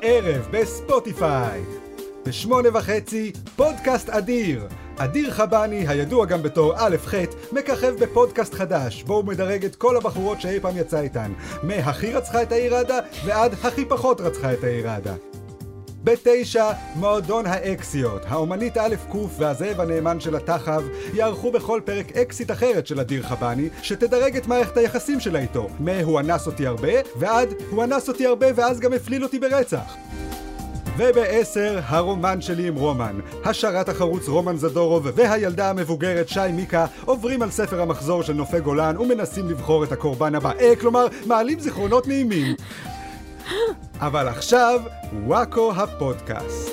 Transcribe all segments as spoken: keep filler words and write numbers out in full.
הערב בספוטיפיי. בשמונה וחצי, פודקאסט אדיר. אדיר חבני, הידוע גם בתור א' ח', מככב בפודקאסט חדש, בו הוא מדרג את כל הבחורות שאי פעם יצא איתן, מהכי רצחה את העיר עדה ועד הכי פחות רצחה את העיר עדה. בתשע, מועדון האקסיות. האומנית א' ק' והזאב הנאמן של התחב יערכו בכל פרק אקסית אחרת של אדיר חבני, שתדרג את מערכת היחסים שלה איתו, מהוא אנס אותי הרבה ועד הוא אנס אותי הרבה ואז גם הפליל אותי ברצח. ובעשר, הרומן שלי עם רומן. השרת החרוץ רומן זדורוב והילדה המבוגרת שי מיקה עוברים על ספר המחזור של נופי גולן ומנסים לבחור את הקורבן הבא. אה, כלומר, מעלים זיכרונות נעימים. אבל עכשיו, וואקו הפודקאסט.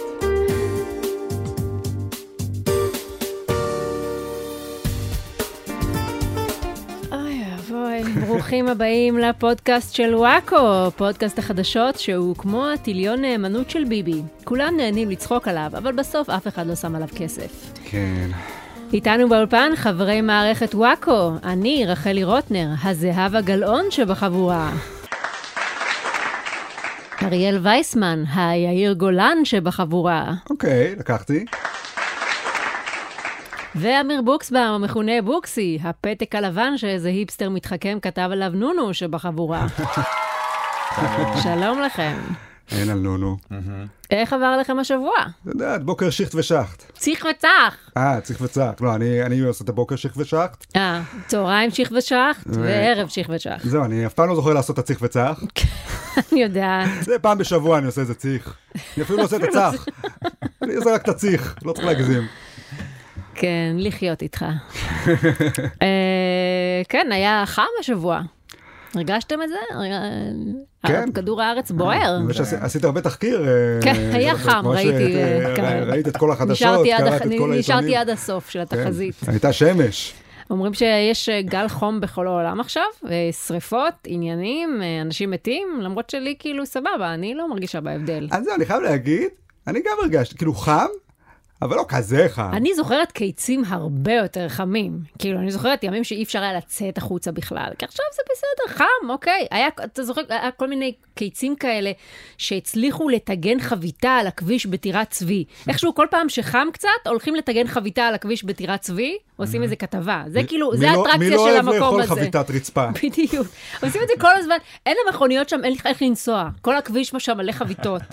ברוכים הבאים לפודקאסט של וואקו, פודקאסט החדשות שהוא כמו הטיליון נאמנות של ביבי. כולם נהנים לצחוק עליו, אבל בסוף אף אחד לא שם עליו כסף. כן. איתנו באולפן חברי מערכת וואקו, אני רחלי רוטנר, הזהב הגלאון שבחבורה. אריאל וייסמן, היאיר גולן שבחבורה. אוקיי, לקחתי. ואמיר בוקסבאום, המכונה בוקסי, הפתק הלבן שאיזה היפסטר מתחכם כתב עליו נונו שבחבורה. שלום לכם. אין על נונו. איך עבר לכם השבוע? אתה יודע, בוקר שיכט ושחט. צריך וצח. אה, צריך וצח. לא, אני, אני עושה את הבוקר שיכט ושחט. אה, צהריים שיכט ושחט וערב שיכט ושחט. זהו, אני אף פעם לא זוכר לעשות את הציך וצח. אני יודעת. זה פעם בשבוע אני עושה איזה ציך. אני אפילו לא עושה את הצח. אני עושה רק את הציך, לא צריך להגזים. כן, לחיות איתך. כן, היה חם השבוע. הרגשתם את זה? כן. כדור הארץ בוער. עשית הרבה תחקיר. כן, היה חם, ראיתי. ראית את כל החדשות, קראת את כל העיתונים. נשארתי עד הסוף של התחזית. הייתה שמש. אומרים שיש גל חום בכל העולם עכשיו, שריפות, עניינים, אנשים מתים, למרות שלי כאילו סבבה, אני לא מרגישה בהבדל. אז זה, אני חייב להגיד, אני גם הרגשתי, כאילו חם, אבל לא כזה חם. אני זוכרת קיצים הרבה יותר חמים. כאילו, אני זוכרת ימים שאי אפשר היה לצאת החוצה בכלל. כי עכשיו זה בסדר, חם, אוקיי. היה, אתה זוכר, היה כל מיני קיצים כאלה שהצליחו לתגן חביתה על הכביש בטירת צבי. איכשהו כל פעם שחם קצת, הולכים לתגן חביתה על הכביש בטירת צבי, עושים איזה כתבה. זה כאילו, זה האטרקציה של המקום הזה. מי לא אוהב לאכול חביתת רצפה? בדיוק. עושים את זה כל הזמן. אין למכוניות שם, אין איך לנסוע. כל הכביש שם מלא חביתות.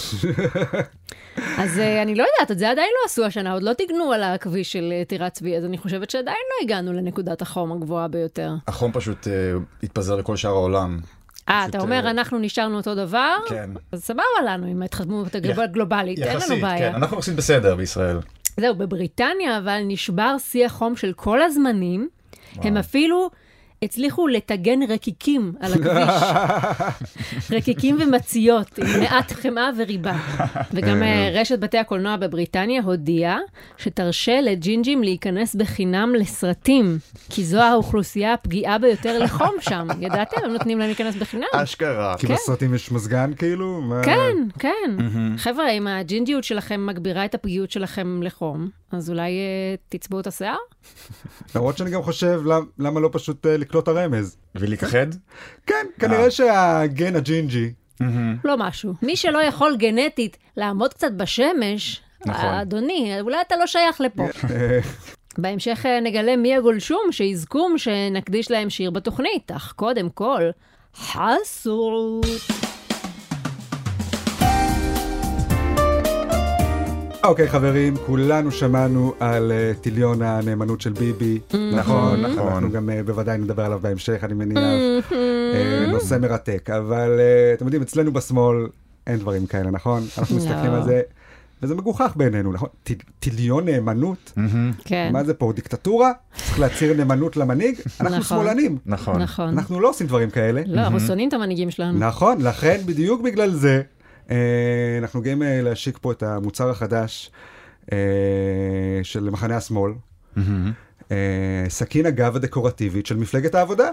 אז אני לא יודעת, את זה עדיין לא עשו השנה, עוד לא תגנו על הכביש של טירת צבי, אז אני חושבת שעדיין לא הגענו לנקודת החום הגבוהה ביותר. החום פשוט uh, התפזר לכל שאר העולם. אה, אתה אומר, uh, אנחנו נשארנו אותו דבר? כן. אז סבבה לנו עם ההתחממות הגלובלית, אין לנו בעיה. כן, אנחנו עושים בסדר בישראל. זהו, בבריטניה, אבל נשבר שיא החום של כל הזמנים, וואו. הם אפילו הצליחו לתגן רקיקים על הכביש. רקיקים ומציות, עם מעט חמאה וריבה. וגם רשת בתי הקולנוע בבריטניה הודיעה שתרשה לג'ינג'ים להיכנס בחינם לסרטים, כי זו האוכלוסייה הפגיעה ביותר לחום שם. ידעתם? הם נותנים להם להיכנס בחינם. אשכרה. כי בסרטים יש מזגן כאילו? כן, כן. חבר'ה, אם הג'ינג'יות שלכם מגבירה את הפגיעות שלכם לחום, אז אולי תצבעו את השיער? למרות שאני גם חושב, למה לא פשוט לקלוט הרמז? ולהיכחד? כן, כנראה שהגן הג'ינג'י. לא משהו. מי שלא יכול גנטית לעמוד קצת בשמש, אדוני, אולי אתה לא שייך לפה. בהמשך נגלה מי הגולשום, שיזכום שנקדיש להם שיר בתוכנית, אך קודם כל, חסות. אוקיי חברים, כולנו שמענו על טיליון הנאמנות של ביבי. נכון, נכון. אנחנו גם בוודאי נדבר עליו בהמשך, אני מניח. נושא מרתק, אבל אתם יודעים, אצלנו בשמאל אין דברים כאלה, נכון? אנחנו מסתכלים על זה, וזה מגוחך בעינינו, נכון? טיליון נאמנות? מה זה פה? דיקטטורה? צריך להצהיר נאמנות למנהיג? אנחנו שמאלנים. נכון. אנחנו לא עושים דברים כאלה. לא, אנחנו שונאים את המנהיגים שלנו. נכון, לכן בדיוק בגלל זה, אנחנו גאים להשיק פה את המוצר החדש של מחנה השמאל, סכין הגב הדקורטיבית של מפלגת העבודה.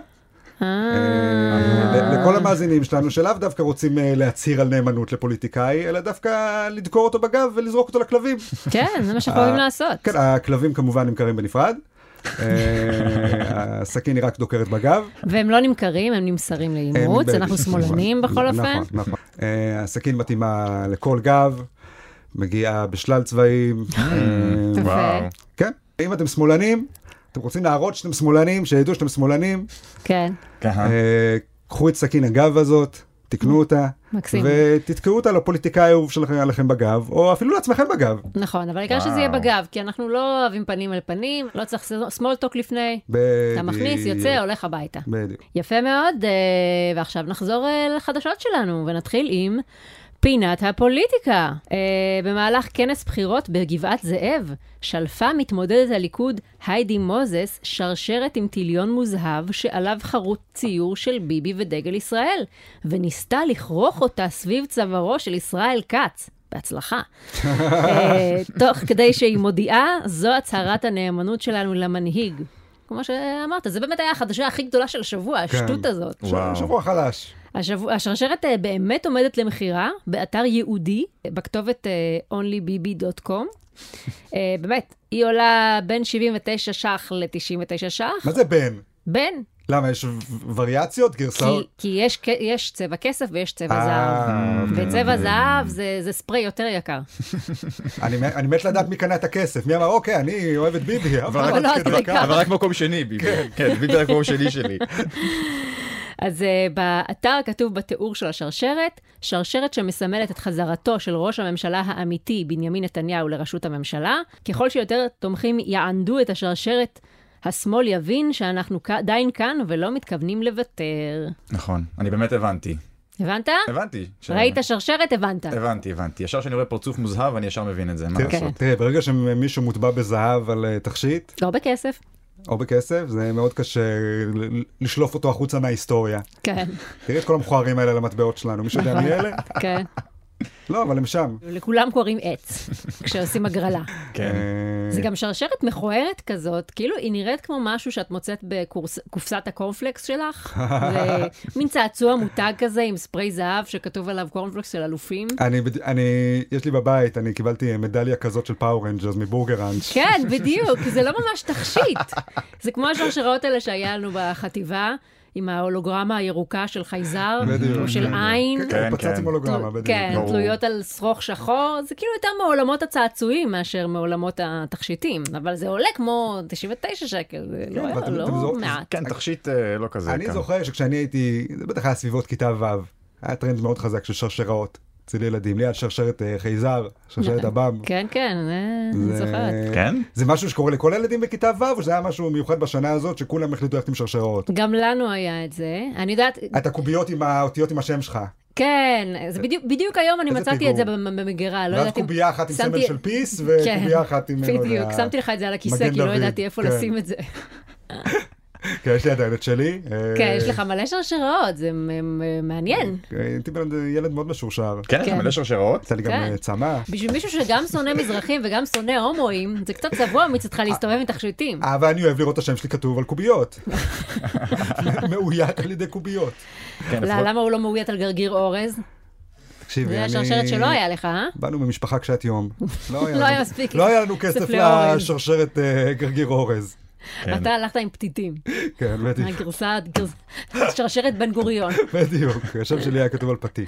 לכל המאזינים שלנו שלאו דווקא רוצים להצהיר על נאמנות לפוליטיקאי, אלא דווקא לדקור אותו בגב ולזרוק אותו לכלבים. כן, זה מה שאנחנו יכולים לעשות. כן, הכלבים כמובן נמכרים בנפרד. הסכין היא רק דוקרת בגב. והם לא נמכרים, הם נמסרים לאימוץ, אנחנו שמאלנים בכל אופן. נכון, נכון. הסכין מתאימה לכל גב, מגיעה בשלל צבעים. וואו. כן, אם אתם שמאלנים, אתם רוצים להראות שאתם שמאלנים, שידעו שאתם שמאלנים. כן. קחו את סכין הגב הזאת, תקנו אותה, ותתקעו אותה לפוליטיקאי האהוב שלכם עליכם בגב, או אפילו לעצמכם בגב. נכון, אבל העיקר שזה יהיה בגב, כי אנחנו לא אוהבים פנים על פנים, לא צריך small talk לפני. אתה מכניס, יוצא, הולך הביתה. בדיוק. יפה מאוד, ועכשיו נחזור לחדשות שלנו, ונתחיל עם פינת הפוליטיקה. במהלך כנס בחירות בגבעת זאב, שלפה מתמודדת הליכוד היידי מוזס שרשרת עם טיליון מוזהב שעליו חרוט ציור של ביבי ודגל ישראל, וניסתה לכרוך אותה סביב צווארו של ישראל כץ. בהצלחה. תוך כדי שהיא מודיעה, זו הצהרת הנאמנות שלנו למנהיג. כמו שאמרת, זה באמת היה החדשה הכי גדולה של השבוע, השטות הזאת. שבוע חלש. השרשרת באמת עומדת למחירה באתר יהודי, בכתובת אונלי ביבי דוט קום. באמת, היא עולה בין שבעים ותשע ש"ח ל-תשעים ותשע ש"ח. מה זה בין? בין. למה, יש וריאציות, גרסאות? כי יש, יש צבע כסף ויש צבע זהב. וצבע זהב זה, זה ספרי יותר יקר. אני, אני מת לדעת מי קנה את הכסף. מי אמר, אוקיי, אני אוהב את ביבי. אבל רק מקום שני, ביבי. כן, ביבי רק מקום שני שלי. אז uh, באתר כתוב בתיאור של השרשרת, שרשרת שמסמלת את חזרתו של ראש הממשלה האמיתי בנימין נתניהו לראשות הממשלה. ככל שיותר תומכים יענדו את השרשרת, השמאל יבין שאנחנו עדיין כאן ולא מתכוונים לוותר. נכון, אני באמת הבנתי. הבנת? הבנתי. ראית שרשרת, הבנת. הבנתי, הבנתי. ישר שאני רואה פרצוף מוזהב, אני ישר מבין את זה. מה לעשות? תראה, ברגע שמישהו מוטבע בזהב על תכשיט, לא בכסף. או בכסף, זה מאוד קשה לשלוף אותו החוצה מההיסטוריה. כן. תראי את כל המכוערים האלה למטבעות שלנו, מישהו יודע מי אלה? כן. לא, אבל הם שם. לכולם קוראים עץ, כשעושים הגרלה. כן. זה גם שרשרת מכוערת כזאת, כאילו היא נראית כמו משהו שאת מוצאת בקופסת הקורנפלקס שלך. זה מין צעצוע מותג כזה עם ספרי זהב שכתוב עליו קורנפלקס של אלופים. אני, אני, יש לי בבית, אני קיבלתי מדליה כזאת של פאור רנג'רס מבורגראנץ'. כן, בדיוק, זה לא ממש תכשיט. זה כמו השרשרות האלה שהיה לנו בחטיבה, עם ההולוגרמה הירוקה של חייזר, או של עין. כן, פצץ עם הולוגרמה, בדיוק. כן, תלויות על שרוך שחור, זה כאילו יותר מעולמות הצעצועים מאשר מעולמות התכשיטים, אבל זה עולה כמו תשעים ותשע שקל, זה לא מעט. כן, תכשיט לא כזה. אני זוכר שכשאני הייתי, זה בטח היה סביבות כיתה ו', היה טרנד מאוד חזק של שרשראות. אצל ילדים, ליד שרשרת חייזר, שרשרת הבם. כן, כן, אני זוכרת. כן? זה משהו שקורה לכל הילדים בכיתה ו' או שזה היה משהו מיוחד בשנה הזאת שכולם החליטו ללכת עם שרשרות? גם לנו היה את זה. אני יודעת... את הקוביות עם האותיות עם השם שלך. כן, זה בדיוק היום אני מצאתי את זה במגירה. ואז קובייה אחת עם סמל של פיס וקובייה אחת עם... בדיוק, שמתי לך את זה על הכיסא כי לא ידעתי איפה לשים את זה. כן, יש לי עדיין את שלי. כן, יש לך מלא שרשראות, זה מעניין. הייתי ילד מאוד משורשר. כן, יש לך מלא שרשראות? יצא לי גם צמא. בשביל מישהו שגם שונא מזרחים וגם שונא הומואים, זה קצת צבוע מצדך להסתובב עם תכשיטים. אבל אני אוהב לראות את השם שלי כתוב על קוביות. מאוית על ידי קוביות. למה הוא לא מאוית על גרגיר אורז? תקשיבי, זה השרשרת שלא היה לך, אה? באנו ממשפחה קשת יום. לא היה מספיק. לא היה לנו כסף לשרשרת גרגיר אורז. ואתה הלכת עם פתיתים. כן, בדיוק. הגרסה, שרשרת בן גוריון. בדיוק, השם שלי היה כתוב על פתית.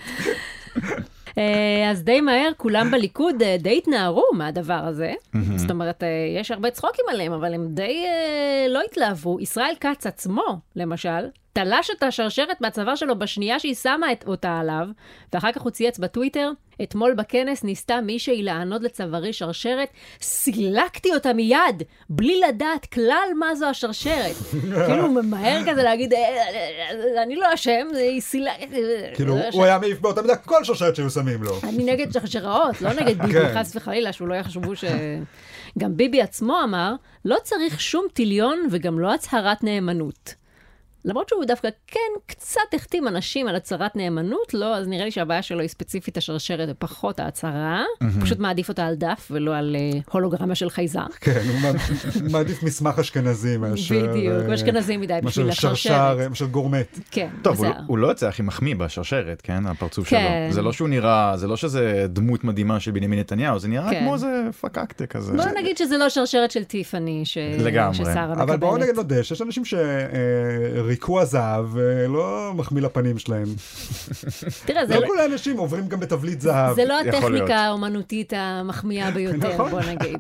אז די מהר, כולם בליכוד די התנערו מהדבר הזה. זאת אומרת, יש הרבה צחוקים עליהם, אבל הם די לא התלהבו. ישראל כץ עצמו, למשל, תלש את השרשרת מהצוואר שלו בשנייה שהיא שמה אותה עליו, ואחר כך הוא צייץ בטוויטר, אתמול בכנס ניסתה מישהי לענוד לצווארי שרשרת, סילקתי אותה מיד, בלי לדעת כלל מה זו השרשרת. כאילו הוא ממהר כזה להגיד, אני לא אשם, היא סילקת... כאילו הוא היה מעיף באותה מידה כל שרשרת שהיו שמים לו. אני נגד שרשראות, לא נגד ביבי, חס וחלילה, שהוא לא יחשבו ש... גם ביבי עצמו אמר, לא צריך שום טיליון וגם לא הצהרת נאמנות. למרות שהוא דווקא כן קצת החתים אנשים על הצהרת נאמנות, לא, אז נראה לי שהבעיה שלו היא ספציפית השרשרת ופחות ההצהרה. הוא פשוט מעדיף אותה על דף ולא על הולוגרמה של חייזר. כן, הוא מעדיף מסמך אשכנזי מאשר... בדיוק, אשכנזי מדי בשביל השרשרת. מאשר גורמט. כן. טוב, הוא לא יוצא הכי מחמיא בשרשרת, כן? הפרצוף שלו. זה לא שהוא נראה, זה לא שזה דמות מדהימה של בנימין נתניהו, זה נראה כמו איזה פקקטה כזה. בוא נגיד שזה לא שרשרת של טיפני ששרה מקבלת. אבל בואו נודה שיש אנשים שריקו הזהב ולא מחמיא לפנים שלהם. תראה, זה לא כל האנשים עוברים גם בתבלית זהב. זה לא הטכניקה האומנותית המחמיאה ביותר, בוא נגיד.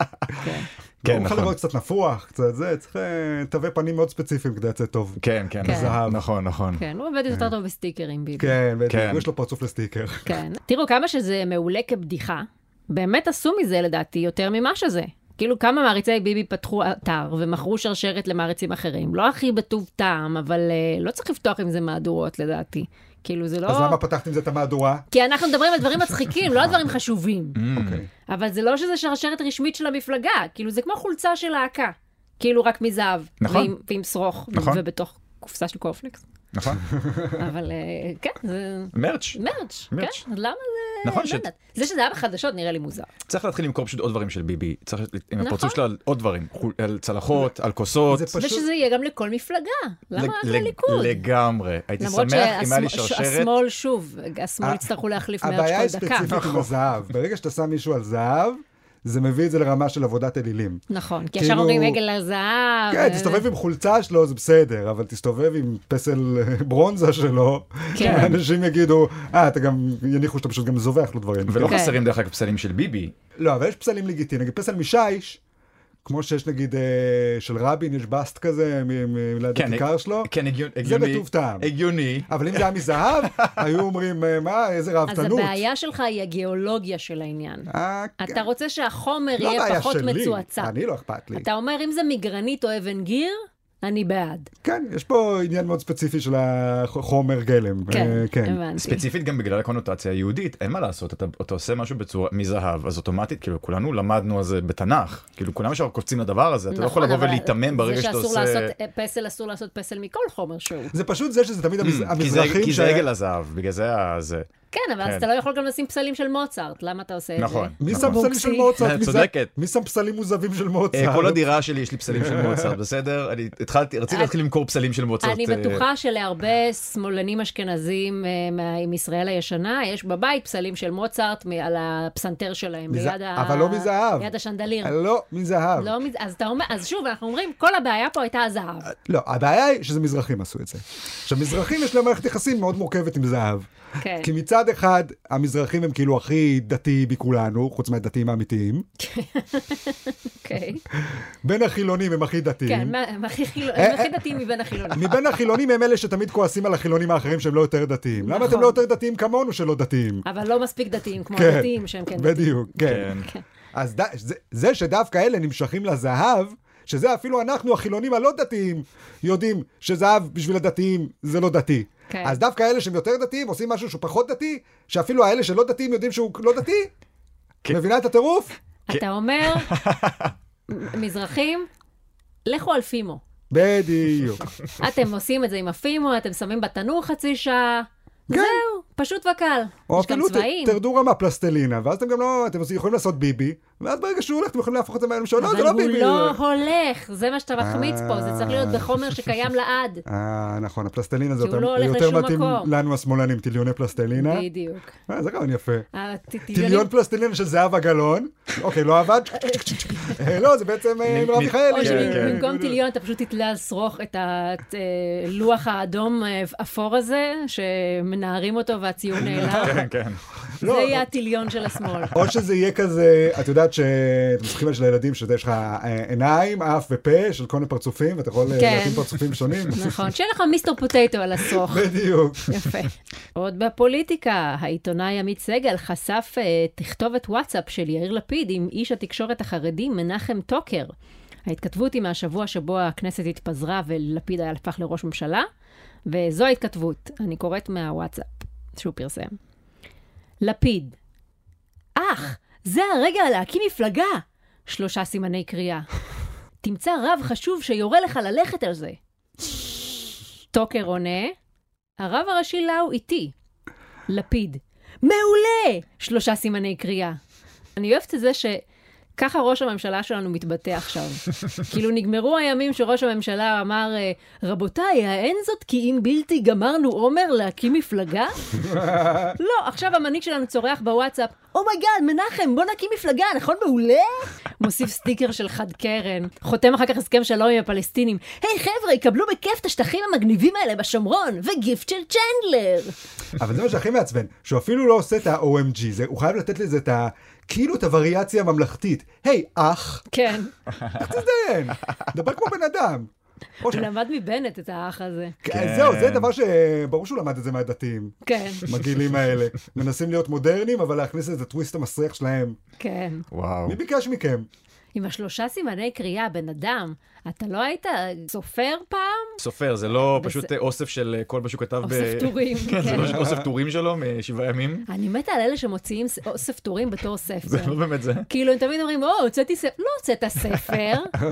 כן, נכון. לראות קצת נפוח, קצת זה, צריך תווי פנים מאוד ספציפיים כדי לצאת טוב. כן, כן, נכון, נכון. כן, הוא עובד יותר טוב בסטיקרים, ביבי. כן, בדיוק, יש לו פרצוף לסטיקר. כן. תראו, כמה שזה מעולה כבדיחה, באמת עשו מזה לדעתי יותר ממה שזה. כאילו כמה מעריצי ביבי פתחו אתר ומכרו שרשרת למעריצים אחרים. לא הכי בטוב טעם, אבל uh, לא צריך לפתוח עם זה מהדורות לדעתי. כאילו זה לא... אז למה פתחת עם זה את המהדורה? כי אנחנו מדברים על דברים מצחיקים, לא על דברים חשובים. אוקיי. אבל זה לא שזה שרשרת רשמית של המפלגה. כאילו זה כמו חולצה של להקה. כאילו רק מזהב. נכון. ועם, ועם שרוך. נכון. ובתוך קופסה של קורפלקס. נכון. אבל כן, זה... מרץ'. מרץ', מרץ'. כן. אז למה זה... נכון. זה שזה היה בחדשות נראה לי מוזר. צריך להתחיל למכור פשוט עוד דברים של ביבי. צריך עם הפרצוף שלה על עוד דברים. על צלחות, על כוסות. ושזה יהיה גם לכל מפלגה. למה רק לליכוד? לגמרי. הייתי שמח אם היה לי שרשרת. למרות שהשמאל שוב, השמאל יצטרכו להחליף מרץ' כל דקה. הבעיה היא ספציפית עם הזהב. ברגע שאתה שם מישהו על זהב, זה מביא את זה לרמה של עבודת אלילים. נכון, כי ישר אומרים עגל על זהב. כן, תסתובב עם חולצה שלו, זה בסדר, אבל תסתובב עם פסל ברונזה שלו, אנשים יגידו, אה, אתה גם, יניחו שאתה פשוט גם זובח לו דברים. ולא חסרים דרך כלל פסלים של ביבי. לא, אבל יש פסלים לגיטימיים, נגיד פסל משיש, כמו שיש נגיד של רבין, יש בסט כזה, מליד הכיכר שלו, זה בטוב טעם. הגיוני. אבל אם זה היה מזהב, היו אומרים, מה, איזה רהבתנות. אז הבעיה שלך היא הגיאולוגיה של העניין. אתה רוצה שהחומר יהיה פחות מצועצע. אני לא אכפת לי. אתה אומר, אם זה מגרנית או אבן גיר, אני בעד. כן, יש פה עניין מאוד ספציפי של החומר גלם. כן, הבנתי. ספציפית גם בגלל הקונוטציה היהודית, אין מה לעשות, אתה, אתה עושה משהו בצורה מזהב, אז אוטומטית, כאילו, כולנו למדנו על זה בתנ"ך, כאילו, כולם ישר קופצים לדבר הזה, אתה לא יכול לבוא ולהתאמן ברגע שאתה עושה... זה שאסור לעשות פסל, אסור לעשות פסל מכל חומר שהוא. זה פשוט זה שזה תמיד המזרחים... כי זה עגל הזהב, בגלל זה זה... כן, אבל אז אתה לא יכול גם לשים פסלים של מוצרט, למה אתה עושה את זה? נכון. מי שם פסלים של מוצרט? צודקת. מי שם פסלים מוזבים של מוצרט? כל הדירה שלי יש לי פסלים של מוצרט, בסדר? אני התחלתי, רציתי להתחיל למכור פסלים של מוצרט. אני בטוחה שלהרבה שמאלנים אשכנזים מישראל הישנה, יש בבית פסלים של מוצרט על הפסנתר שלהם, אבל לא מזהב. ליד השנדליר. לא מזהב. אז שוב, אנחנו אומרים, כל הבעיה פה הייתה הזהב. לא, הבעיה היא שזה מזרחים עשו את זה. עכשיו, מזרחים יש להם מערכת יחסים מאוד מורכבת עם זהב. כן. כי מצד אחד, המזרחים הם כאילו הכי דתי בכולנו, חוץ מהדתיים האמיתיים. אוקיי. בין החילונים הם הכי דתיים. כן, הם הכי דתיים מבין החילונים. מבין החילונים הם אלה שתמיד כועסים על החילונים האחרים שהם לא יותר דתיים. למה אתם לא יותר דתיים כמונו שלא דתיים? אבל לא מספיק דתיים, כמו הדתיים שהם כן דתיים. בדיוק, כן. אז זה שדווקא אלה נמשכים לזהב, שזה אפילו אנחנו, החילונים הלא דתיים, יודעים שזהב בשביל הדתיים זה לא דתי. Okay. אז דווקא אלה שהם יותר דתיים עושים משהו שהוא פחות דתי, שאפילו האלה שלא דתיים יודעים שהוא לא דתי. Okay. מבינה את הטירוף? Okay. אתה אומר, מזרחים, לכו על פימו. בדיוק. אתם עושים את זה עם הפימו, אתם שמים בתנור חצי שעה, כן. זהו, פשוט וקל. או אפילו תרדו רמה פלסטלינה, ואז אתם גם לא, אתם יכולים לעשות ביבי, ואז ברגע שהוא הולך, אתם יכולים להפוך את זה מהילם שלו, לא, זה לא ביבי. אבל הוא לא הולך, זה מה שאתה מחמיץ פה, זה צריך להיות בחומר שקיים לעד. אה, נכון, הפלסטלינה זה יותר מתאים לנו השמאלנים, טיליוני פלסטלינה. בדיוק. זה רעיון יפה. טיליון פלסטלינה של זהבה גלאון, אוקיי, לא עבד? לא, זה בעצם מרב מיכאלי. או שבמקום טיליון אתה פשוט תתלה על שרוך את הלוח האדום אפור הזה, שמנערים אותו והציון נעלם. כן, כן. זה יהיה הטיליון של השמאל. או שזה יהיה כזה, את יודעת שאתם משחקים על של הילדים, שיש לך עיניים, אף ופה של כל מיני פרצופים, ואתה יכול להקים פרצופים שונים. נכון, שיהיה לך מיסטר פוטטו על השרוך. בדיוק. יפה. עוד בפוליטיקה, העיתונאי עמית סגל חשף תכתובת וואטסאפ של יאיר לפיד עם איש התקשורת החרדי מנחם טוקר. ההתכתבות היא מהשבוע שבו הכנסת התפזרה ולפיד היה הפך לראש ממשלה, וזו ההתכתבות. אני קוראת מהוואטסאפ שהוא פרסם. לפיד. אך, זה הרגע להקים מפלגה. שלושה סימני קריאה. תמצא רב חשוב שיורה לך ללכת על זה. טוקר עונה, הרב הראשי לאו איתי. לפיד, מעולה! שלושה סימני קריאה. אני אוהבת את זה שככה ראש הממשלה שלנו מתבטא עכשיו. כאילו נגמרו הימים שראש הממשלה אמר, רבותיי, האין זאת כי אם בלתי גמרנו עומר להקים מפלגה? לא, עכשיו המנהיג שלנו צורח בוואטסאפ, אומייגאד, מנחם, בוא נקים מפלגה, נכון מעולה? מוסיף סטיקר של חד קרן, חותם אחר כך הסכם שלום עם הפלסטינים. היי חבר'ה, יקבלו בכיף את השטחים המגניבים האלה בשומרון, וגיפט של צ'נדלר. אבל זה מה שהכי מעצבן, שהוא אפילו לא עושה את ה-או אם ג'י, הוא חייב לתת לזה את ה... כאילו את הווריאציה הממלכתית. היי, אח. כן. איך תזדיין? דבר כמו בן אדם. הוא למד מבנט את האח הזה. זהו, זה דבר שברור שהוא למד את זה מהדתיים. כן. מגעילים האלה. מנסים להיות מודרניים, אבל להכניס את הטוויסט המסריח שלהם. כן. וואו. מי ביקש מכם? עם השלושה סימני קריאה, בן אדם, אתה לא היית סופר פעם? סופר, זה לא פשוט אוסף של כל מה שהוא כתב ב... אוסף טורים. כן, זה לא אוסף טורים שלו משבעה ימים. אני מתה על אלה שמוציאים אוסף טורים בתור ספר. זה לא באמת זה. כאילו, הם תמיד אומרים, או, הוצאתי ספר. לא הוצאת ספר.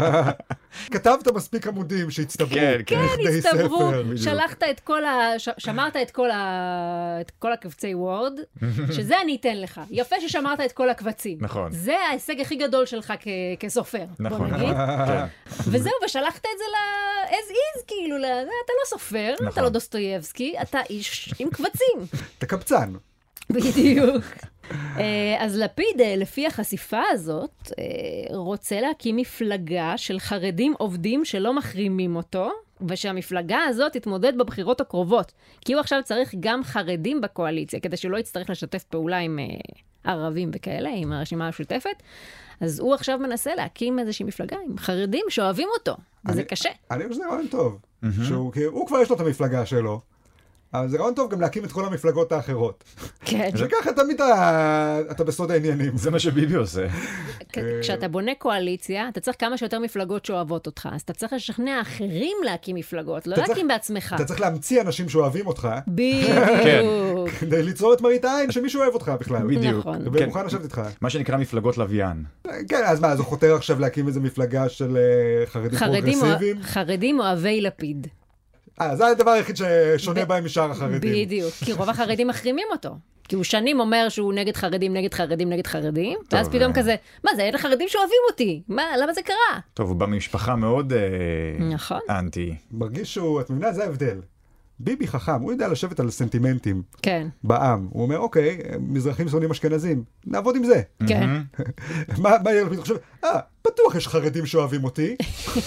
כתבת מספיק עמודים שהצטברו. כן, כן, הצטברו. שלחת את כל ה... שמרת את כל ה... את כל הקבצי וורד, שזה אני אתן לך. יפה ששמרת את כל הקבצים. נכון. זה ההישג הכי גדול שלך כסופר. נכון. בוא נגיד. וזהו, ושלחת את זה ל-as is, כאילו, אתה לא סופר, אתה לא דוסטויבסקי, אתה איש עם קבצים. אתה קבצן. בדיוק. אז לפיד, לפי החשיפה הזאת, רוצה להקים מפלגה של חרדים עובדים שלא מחרימים אותו, ושהמפלגה הזאת תתמודד בבחירות הקרובות. כי הוא עכשיו צריך גם חרדים בקואליציה, כדי שלא יצטרך לשתף פעולה עם ערבים וכאלה, עם הרשימה המשותפת. אז הוא עכשיו מנסה להקים איזושהי מפלגה עם חרדים שאוהבים אותו, וזה אני, קשה. אני חושב שזה רעיון טוב. שהוא, הוא כבר יש לו את המפלגה שלו, אבל זה רעיון טוב גם להקים את כל המפלגות האחרות. כן. שככה תמיד אתה, אתה בסוד העניינים. זה מה שביבי עושה. כשאתה בונה קואליציה, אתה צריך כמה שיותר מפלגות שאוהבות אותך, אז אתה צריך לשכנע אחרים להקים מפלגות, לא להקים בעצמך. אתה צריך להמציא אנשים שאוהבים אותך. בדיוק. כדי ליצור את מראית העין שמישהו אוהב אותך בכלל. בדיוק. נכון. ומוכן לשבת איתך. מה שנקרא מפלגות לוויין. כן, אז מה, אז הוא חותר עכשיו להקים איזו מפלגה של חרדים פרוגרסיביים? חרדים אוהבי לפיד. אה, זה הדבר היחיד ששונה בהם משאר החרדים. בדיוק, כי רוב החרדים מחרימים אותו. כי הוא שנים אומר שהוא נגד חרדים, נגד חרדים, נגד חרדים, ואז פתאום כזה, מה, זה אלה חרדים שאוהבים אותי? מה, למה זה קרה? טוב, הוא בא ממשפחה מאוד נכון. אנטי. מרגיש שהוא, את מבינה, זה ההבדל. ביבי חכם, הוא יודע לשבת על סנטימנטים כן. בעם. הוא אומר, אוקיי, מזרחים שונאים אשכנזים, נעבוד עם זה. כן. מה, מה יהיה לפיד חושב? אה, בטוח יש חרדים שאוהבים אותי.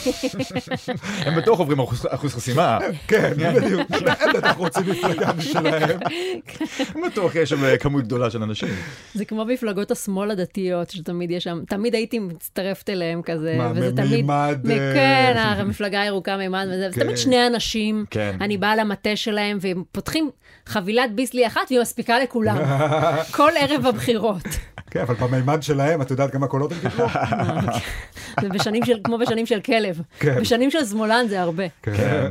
הם בטוח עוברים אחוז חסימה. כן, בדיוק. הם בטח רוצים מפלגה משלהם. בטוח יש שם כמות גדולה של אנשים. זה כמו מפלגות השמאל הדתיות, שתמיד יש שם, תמיד הייתי מצטרפת אליהם כזה. מה, מימד? כן, המפלגה הירוקה מימד וזה. זה תמיד שני אנשים, אני באה למטה שלהם, והם פותחים חבילת ביסלי אחת, והיא מספיקה לכולם. כל ערב הבחירות. כן, אבל במימד שלהם, את יודעת כמה קולות הם קיבלו? זה בשנים של, כמו בשנים של כלב. בשנים של שמאלן זה הרבה. כן.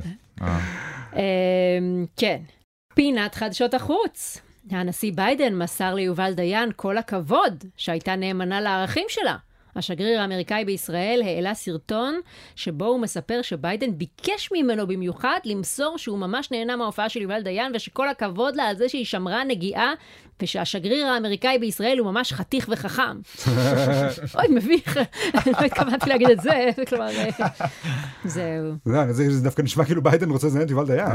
כן. פינת חדשות החוץ. הנשיא ביידן מסר ליובל דיין כל הכבוד שהייתה נאמנה לערכים שלה. השגריר האמריקאי בישראל העלה סרטון שבו הוא מספר שביידן ביקש ממנו במיוחד למסור שהוא ממש נהנה מההופעה של יובל דיין, ושכל הכבוד לה על זה שהיא שמרה נגיעה, ושהשגריר האמריקאי בישראל הוא ממש חתיך וחכם. אוי, מביך. אני לא התכוונתי להגיד את זה. כלומר, זהו. זה דווקא נשמע כאילו ביידן רוצה לזיין את יובל דיין.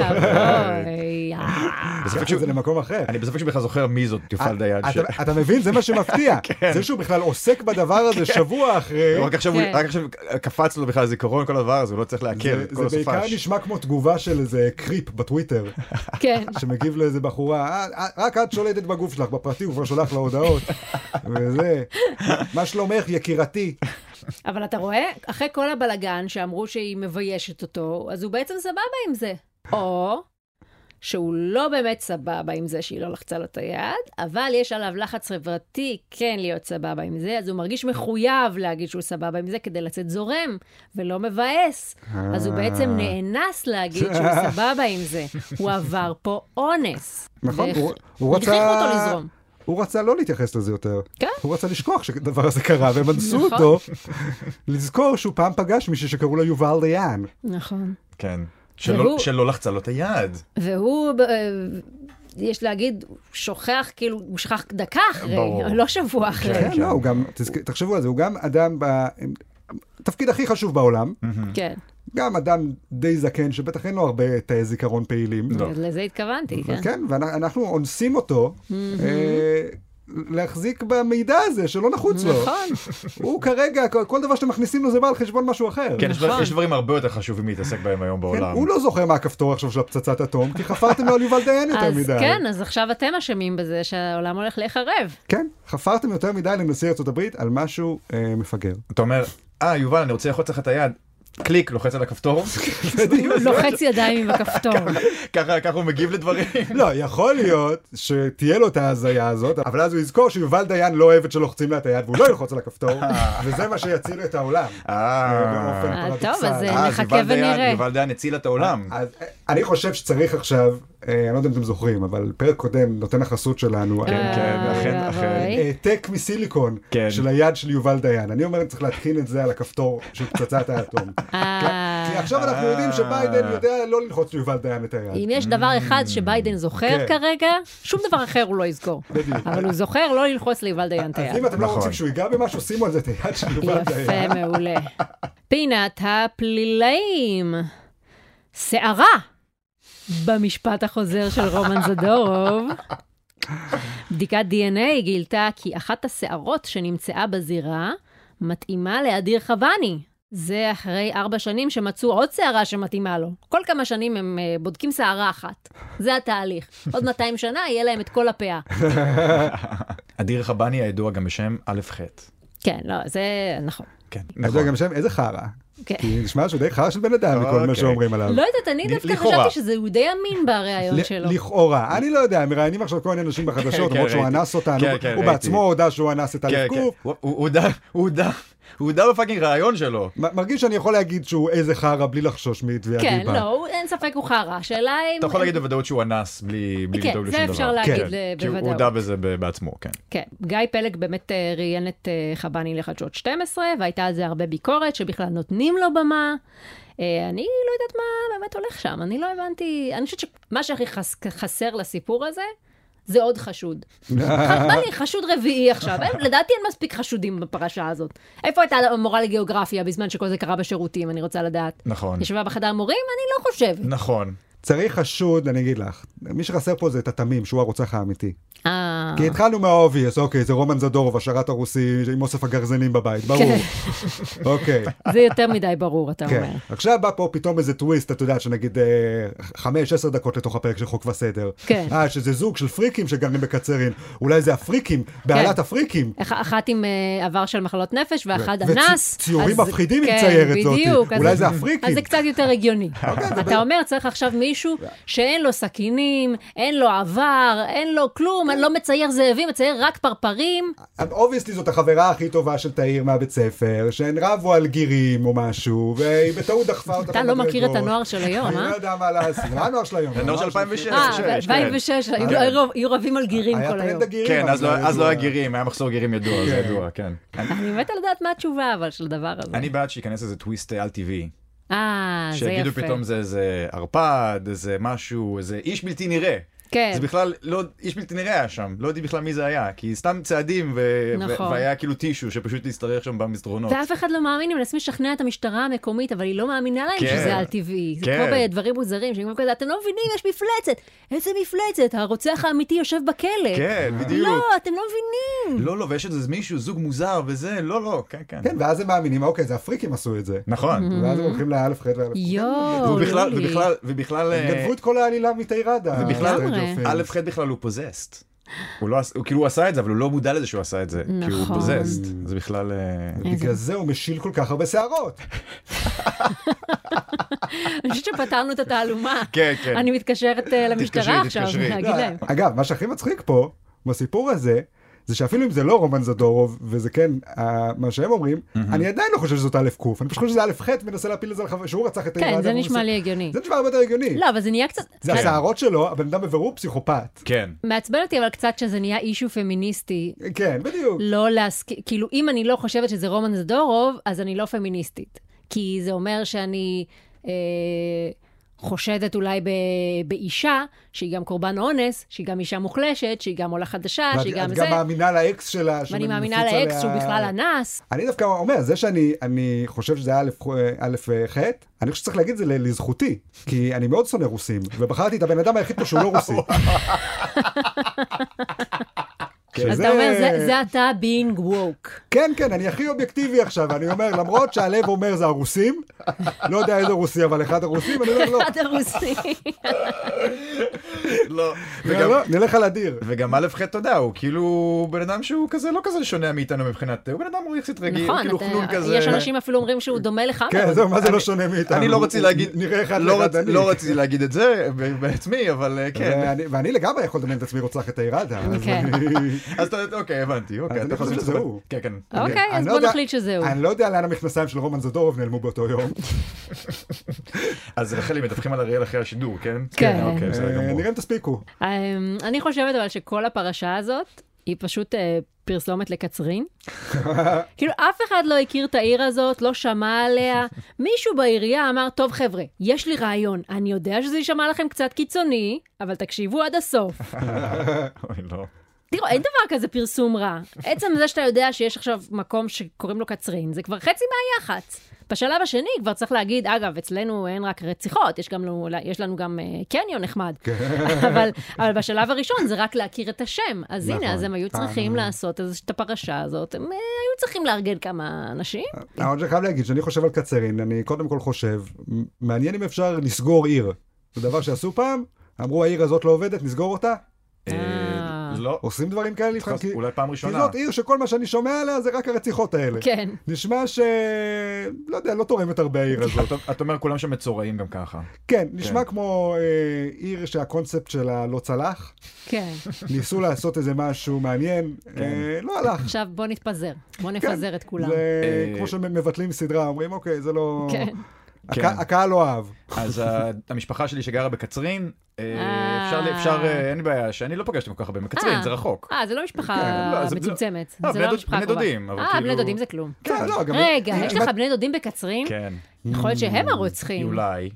זה למקום אחר. אני בספק שבכלל זוכר מי זאת יובל דיין. אתה מבין? זה מה שמפתיע. זה שהוא בכלל עוסק בדבר הזה שבוע אחרי. רק עכשיו קפץ לו בכלל זיכרון כל הדבר הזה, הוא לא צריך להכיר. זה בעיקר נשמע כמו תגובה של איזה קריפ בטוויטר. כן. שמגיב לאיזה בחורה, רק את שולטת בגוף שלך, בפרטי הוא כבר שולח לה הודעות. וזה, מה שלומך יקירתי? אבל אתה רואה, אחרי כל הבלגן שאמרו שהיא מביישת אותו, אז הוא בעצם סבבה עם זה. או שהוא לא באמת סבבה עם זה שהיא לא לחצה לו את היד, אבל יש עליו לחץ חברתי כן להיות סבבה עם זה, אז הוא מרגיש מחויב להגיד שהוא סבבה עם זה כדי לצאת זורם, ולא מבאס. אז הוא בעצם נאנס להגיד שהוא סבבה עם זה. הוא עבר פה אונס. נכון, הוא רצה... הכריחו אותו לזרום. הוא רצה לא להתייחס לזה יותר. כן. הוא רצה לשכוח שדבר הזה קרה, והם אנסו אותו לזכור שהוא פעם פגש מישהו שקראו לו יובל דיין. נכון. כן. שלא לחצה לו את היד. והוא, יש להגיד, שוכח, כאילו, הוא שכח דקה אחרי, לא שבוע אחרי. כן, לא, הוא גם, תחשבו על זה, הוא גם אדם בתפקיד הכי חשוב בעולם. כן. גם אדם די זקן, שבטח אין לו הרבה תאי זיכרון פעילים. לזה התכוונתי, כן. כן, ואנחנו אונסים אותו להחזיק במידע הזה שלא נחוץ לו. נכון. הוא כרגע, כל דבר שאתם מכניסים לו זה בא על חשבון משהו אחר. כן, יש דברים הרבה יותר חשובים להתעסק בהם היום בעולם. הוא לא זוכר מה הכפתור עכשיו של הפצצת אטום, כי חפרתם לו על יובל דיין יותר מדי. אז כן, אז עכשיו אתם אשמים בזה שהעולם הולך להיחרב. כן, חפרתם יותר מדי לנשיא ארצות הברית על משהו מפגר. אתה אומר, אה, יובל, אני רוצה ללחוץ לך את היד. קליק, לוחץ על הכפתור. לוחץ ידיים עם הכפתור. ככה הוא מגיב לדברים. לא, יכול להיות שתהיה לו את ההזיה הזאת, אבל אז הוא יזכור שיובל דיין לא אוהבת שלוחצים לה את היד, והוא לא ילחוץ על הכפתור, וזה מה שיציל את העולם. טוב, אז נחכה ונראה. יובל דיין הציל את העולם. אני חושב שצריך עכשיו, אני לא יודע אם אתם זוכרים, אבל פרק קודם נותן החסות שלנו, העתק מסיליקון של היד של יובל דיין. אני אומר, צריך להתקין את זה על הכפתור של פצצת האטום. כי עכשיו אנחנו יודעים שביידן יודע לא ללחוץ ליובל דיין את היד. אם יש דבר אחד שביידן זוכר כרגע, שום דבר אחר הוא לא יזכור. אבל הוא זוכר לא ללחוץ ליובל דיין את היד. אז אם אתם לא רוצים שהוא ייגע במשהו, שימו על זה את היד של יובל דיין. יפה, מעולה. פינת הפלילאים. שערה במשפט החוזר של רומן זדורוב. בדיקת די אן איי גילתה כי אחת השערות שנמצאה בזירה מתאימה לאדיר חבני. זה אחרי ארבע שנים שמצאו עוד שערה שמתאימה לו. כל כמה שנים הם uh, בודקים שערה אחת. זה התהליך. עוד מאתיים שנה יהיה להם את כל הפאה. אדיר חבני הידוע גם בשם א' ח'. כן, לא, זה נכון. כן, נכון. גם בשם איזה חרה. כי נשמע שהוא די חרה של בן אדם מכל מה שאומרים עליו. לא יודעת, אני דווקא חשבתי שזה הוא די אמין בראיון שלו. לכאורה. אני לא יודע, מראיינים עכשיו כל מיני אנשים בחדשות, למרות שהוא אנס אותנו, הוא בעצמו הודע שהוא אנס את א' ק'. הוא הודע. הוא הודע בפאקינג רעיון שלו. מרגיש שאני יכול להגיד שהוא איזה חרה בלי לחשוש מתביעת דיבה. כן, לא, אין ספק הוא חרה. שאלה אם... אתה יכול להגיד בוודאות שהוא אנס בלי לדאוג לשום דבר. כן, זה אפשר להגיד בוודאות. כי הוא הודע בזה בעצמו, כן. כן, גיא פלג באמת ראיין את חבני לחדשות שתים עשרה, והייתה על זה הרבה ביקורת שבכלל נותנים לו במה. אני לא יודעת מה באמת הולך שם, אני לא הבנתי, אני חושבת שמה שהכי חסר לסיפור הזה, זה עוד חשוד. מה לי, חשוד רביעי עכשיו. לדעתי אין מספיק חשודים בפרשה הזאת. איפה הייתה המורה לגיאוגרפיה בזמן שכל זה קרה בשירותים, אני רוצה לדעת. נכון. ישבה בחדר מורים? אני לא חושבת. נכון. צריך חשוד, אני אגיד לך, מי שחסר פה זה את התמים, שהוא הרוצח האמיתי. אה... כי התחלנו מהאובייס, אוקיי, זה רומן זדורוב, השרת הרוסי עם אוסף הגרזנים בבית, ברור. אוקיי. זה יותר מדי ברור, אתה אומר. עכשיו בא פה פתאום איזה טוויסט, אתה יודע, שנגיד חמש, עשר דקות לתוך הפרק של חוק וסדר. כן. אה, שזה זוג של פריקים שגרים בקצרין. אולי זה הפריקים, בעלת הפריקים. אחת עם עבר של מחלות נפש, ואחד אנס. וציורים מפחידים עם ציירת זאתי. אולי זה הפריקים. אז זה קצת יותר הגיוני. אתה אומר, צריך עכשיו מישהו שאין לו סכינים, אין לו עבר, אין לו כלום, לא מצייר זאבים, מצייר רק פרפרים. אובייסלי זאת החברה הכי טובה של תאיר מהבית ספר, שהן רבו על גירים או משהו, והיא בטעות דחפה אותה. אתה לא מכיר את הנוער של היום, אה? אני לא יודע מה לעשות. מה הנוער של היום? הנוער של אלפיים ושש. אה, אלפיים ושש, היו רבים על גירים כל היום. כן, אז לא היה גירים, היה מחסור גירים ידוע, זה ידוע, כן. אני באמת לדעת מה התשובה, אבל של הדבר הזה. אני בעד שיכנס איזה טוויסט על טבעי. אה, זה יפה. שיגידו פתאום זה איזה ערפד, איזה משהו, איזה איש בלתי נראה. כן. זה בכלל, לא, איש בלתי נראה היה שם, לא יודעים בכלל מי זה היה, כי סתם צעדים ו- נכון. ו- והיה כאילו טישו שפשוט להסתרח שם במסדרונות. ואף אחד לא מאמין, הם נסים לשכנע את המשטרה המקומית, אבל היא לא מאמינה להם כן. שזה על טבעי. זה כן. כמו בדברים מוזרים, שאני כזה, אתם לא מבינים, יש מפלצת. איזה מפלצת? הרוצח האמיתי יושב בכלא. כן, בדיוק. לא, אתם לא מבינים. לא, לא, ויש איזה מישהו, זוג מוזר וזה, לא, לא, כן, כן. כן, ואז הם מאמינים, אוקיי, זה הפריקים עשו את זה. נכון. ואז הם הולכים לאלף ח' ואלף ח'. יואו, ובכלל, לולי. ובכלל, ובכלל, הם גנבו את כל העלילה מתאירדה. ובכלל, לגמרי. א' ח' בכלל הוא פוזסט. הוא לא, הוא כאילו הוא עשה את זה, אבל הוא לא מודע לזה שהוא עשה את זה. כי הוא נכון. פוזסט. זה בכלל... בגלל זה הוא משיל כל כך הרבה שערות. אני חושבת שפתרנו את התעלומה. כן, כן. אני מתקשרת אה, למשטרה תתקשרי, עכשיו, תתקשרי. להגיד להם. אגב, מה שהכי מצחיק פה, בסיפור הזה, זה שאפילו אם זה לא רומן זדורוב, וזה כן מה שהם אומרים, אני עדיין לא חושב שזאת א' ק', אני פשוט חושב שזה א' ח' מנסה להפיל את זה לחבר, שהוא רצח את הירדה. כן, זה נשמע לי הגיוני. זה נשמע הרבה יותר הגיוני. לא, אבל זה נהיה קצת... זה השערות שלו, הבן אדם בבירור פסיכופת. כן. מעצבן אותי אבל קצת שזה נהיה אישו פמיניסטי. כן, בדיוק. לא להסכים, כאילו אם אני לא חושבת שזה רומן זדורוב, אז אני לא פמיניסטית. כי זה אומר שאני אה, חושדת אולי ב... באישה, שהיא גם קורבן אונס, שהיא גם אישה מוחלשת, שהיא גם עולה חדשה, שהיא גם זה. את גם מאמינה לאקס שלה. ואני מאמינה לאקס שהוא בכלל אנס. אני דווקא אומר, זה שאני אני חושב שזה א' ח', אני חושב שצריך להגיד זה לזכותי, כי אני מאוד שונא רוסים, ובחרתי את הבן אדם היחיד פה שהוא לא רוסי. אז אתה אומר, זה אתה being woke. כן, כן, אני הכי אובייקטיבי עכשיו, אני אומר, למרות שהלב אומר זה הרוסים, לא יודע איזה רוסי, אבל אחד הרוסים, אני אומר לא. אחד הרוסי. לא. נלך על אדיר. וגם א' ח' תודה, הוא כאילו בן אדם שהוא כזה, לא כזה שונה מאיתנו מבחינת, הוא בן אדם יחסית רגיל, כאילו חנון כזה. יש אנשים אפילו אומרים שהוא דומה לך. כן, זהו, מה זה לא שונה מאיתנו? אני לא רציתי להגיד, נראה אחד לאחד אני. לא רציתי להגיד את זה בעצמי, אבל כן. ואני לגמרי יכול לדמיין את עצמי רוצח את העירדה. אז אוקיי, הבנתי, אוקיי. אני חושב שזה הוא. כן, כן. אוקיי, אז בוא נחליט שזה הוא. אני לא יודע לאן המכנסיים של רומן זדורוב נעלמו באותו יום. אז רחלי, מדווחים על אריאל אחרי השידור, כן? כן. אוקיי, בסדר גמור. נראה אם תספיקו. אני חושבת אבל שכל הפרשה הזאת היא פשוט פרסומת לקצרין. כאילו אף אחד לא הכיר את העיר הזאת, לא שמע עליה. מישהו בעירייה אמר, טוב חבר'ה, יש לי רעיון. אני יודע שזה יישמע לכם קצת קיצוני, אבל תקשיבו עד הסוף. אוי, לא. תראו, אין דבר כזה פרסום רע. עצם זה שאתה יודע שיש עכשיו מקום שקוראים לו קצרין, זה כבר חצי מהיח"צ. בשלב השני כבר צריך להגיד, אגב, אצלנו אין רק רציחות, יש, גם לנו, יש לנו גם uh, קניון נחמד. אבל, אבל בשלב הראשון זה רק להכיר את השם. אז הנה, אז הם היו צריכים לעשות את הפרשה הזאת, הם היו צריכים לארגן כמה אנשים. אני חייב להגיד שאני חושב על קצרין, אני קודם כל חושב, מעניין אם אפשר לסגור עיר. זה דבר שעשו פעם, אמרו העיר הזאת לא עובדת, נסגור אותה. לא. עושים דברים כאלה? אולי פעם ראשונה. כי זאת עיר שכל מה שאני שומע עליה זה רק הרציחות האלה. כן. נשמע ש... לא יודע, לא תורמת הרבה העיר הזאת. אתה אומר כולם שמצורעים גם ככה. כן, נשמע כמו עיר שהקונספט שלה לא צלח. כן. ניסו לעשות איזה משהו מעניין, לא הלך. עכשיו בוא נתפזר, בוא נפזר את כולם. זה כמו שמבטלים סדרה, אומרים אוקיי, זה לא... כן. הקהל לא אהב. אז המשפחה שלי שגרה בקצרין, אפשר, אפשר, אין לי בעיה, שאני לא פגשתי כל כך הרבה מקצרין, זה רחוק. אה, זה לא משפחה מצומצמת. זה לא משפחה בני דודים. אה, בני דודים זה כלום. רגע, יש לך בני דודים בקצרין? כן. יכול להיות שהם הרוצחים. אולי.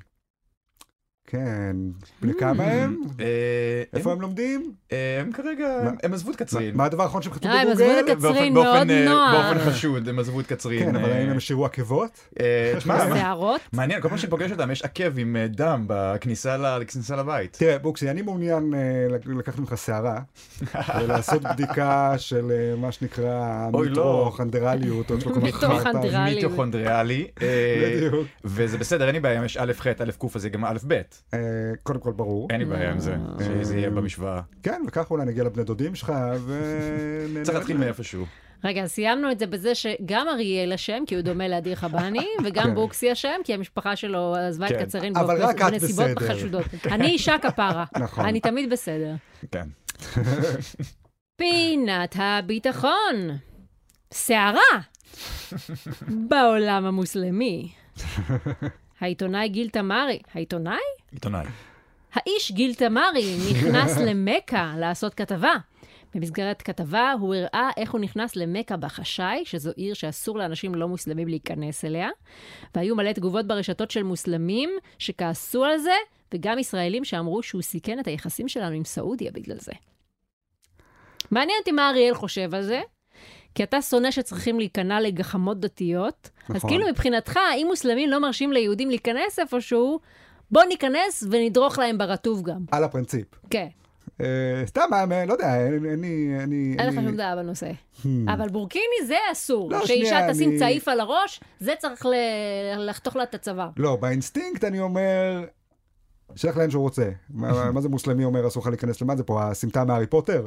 כן. בני כמה הם? איפה הם לומדים? הם כרגע, הם עזבו את קצרין. מה הדבר האחרון שהם כתבו בגוגל? הם עזבו את קצרין, מאוד נוח. באופן חשוד, הם עזבו את קצרין. כן, אבל האם הם השאירו עקבות? שערות? מעניין, כל פעם שאני פוגש אותם, יש עקב עם דם בכניסה לבית. תראה, בוקסי, אני מעוניין לקחת ממך שערה, ולעשות בדיקה של מה שנקרא מיטוכונדריאליות. מיטוכונדריאלי. מיטוכונדריאלי. וזה בסדר, אין לי בעיה, יש א' ח' א' ק', אז זה גם א' ב'. קודם כל ברור. אין לי בעיה עם זה, שזה יהיה במשוואה. כן, וכך אולי נגיע לבני דודים שלך, ו... צריך להתחיל מאיפשהו. רגע, סיימנו את זה בזה שגם אריאל אשם, כי הוא דומה לאדיר חבני, וגם בוקסי אשם, כי המשפחה שלו עזבה את קצרין בנסיבות חשודות. אני אישה כפרה. אני תמיד בסדר. כן. פינת הביטחון. שערה. בעולם המוסלמי. העיתונאי גיל תמרי, העיתונאי? עיתונאי. האיש גיל תמרי נכנס למקה לעשות כתבה. במסגרת כתבה הוא הראה איך הוא נכנס למקה בחשאי, שזו עיר שאסור לאנשים לא מוסלמים להיכנס אליה, והיו מלא תגובות ברשתות של מוסלמים שכעסו על זה, וגם ישראלים שאמרו שהוא סיכן את היחסים שלנו עם סעודיה בגלל זה. מעניין אותי מה אריאל חושב על זה, כי אתה שונא שצריכים להיכנע לגחמות דתיות, נכון. אז כאילו מבחינתך, אם מוסלמים לא מרשים ליהודים להיכנס איפשהו, בוא ניכנס ונדרוך להם ברטוב גם. על הפרינציפ. כן. סתם, לא יודע, אני... אין לך שום דעה בנושא. אבל בורקיני זה אסור. שאישה תשים צעיף על הראש, זה צריך לחתוך לה את הצבא. לא, באינסטינקט אני אומר... שייך לאן שהוא רוצה. מה זה מוסלמי אומר, אסור לך להיכנס למה זה פה? הסמטה מהארי פוטר?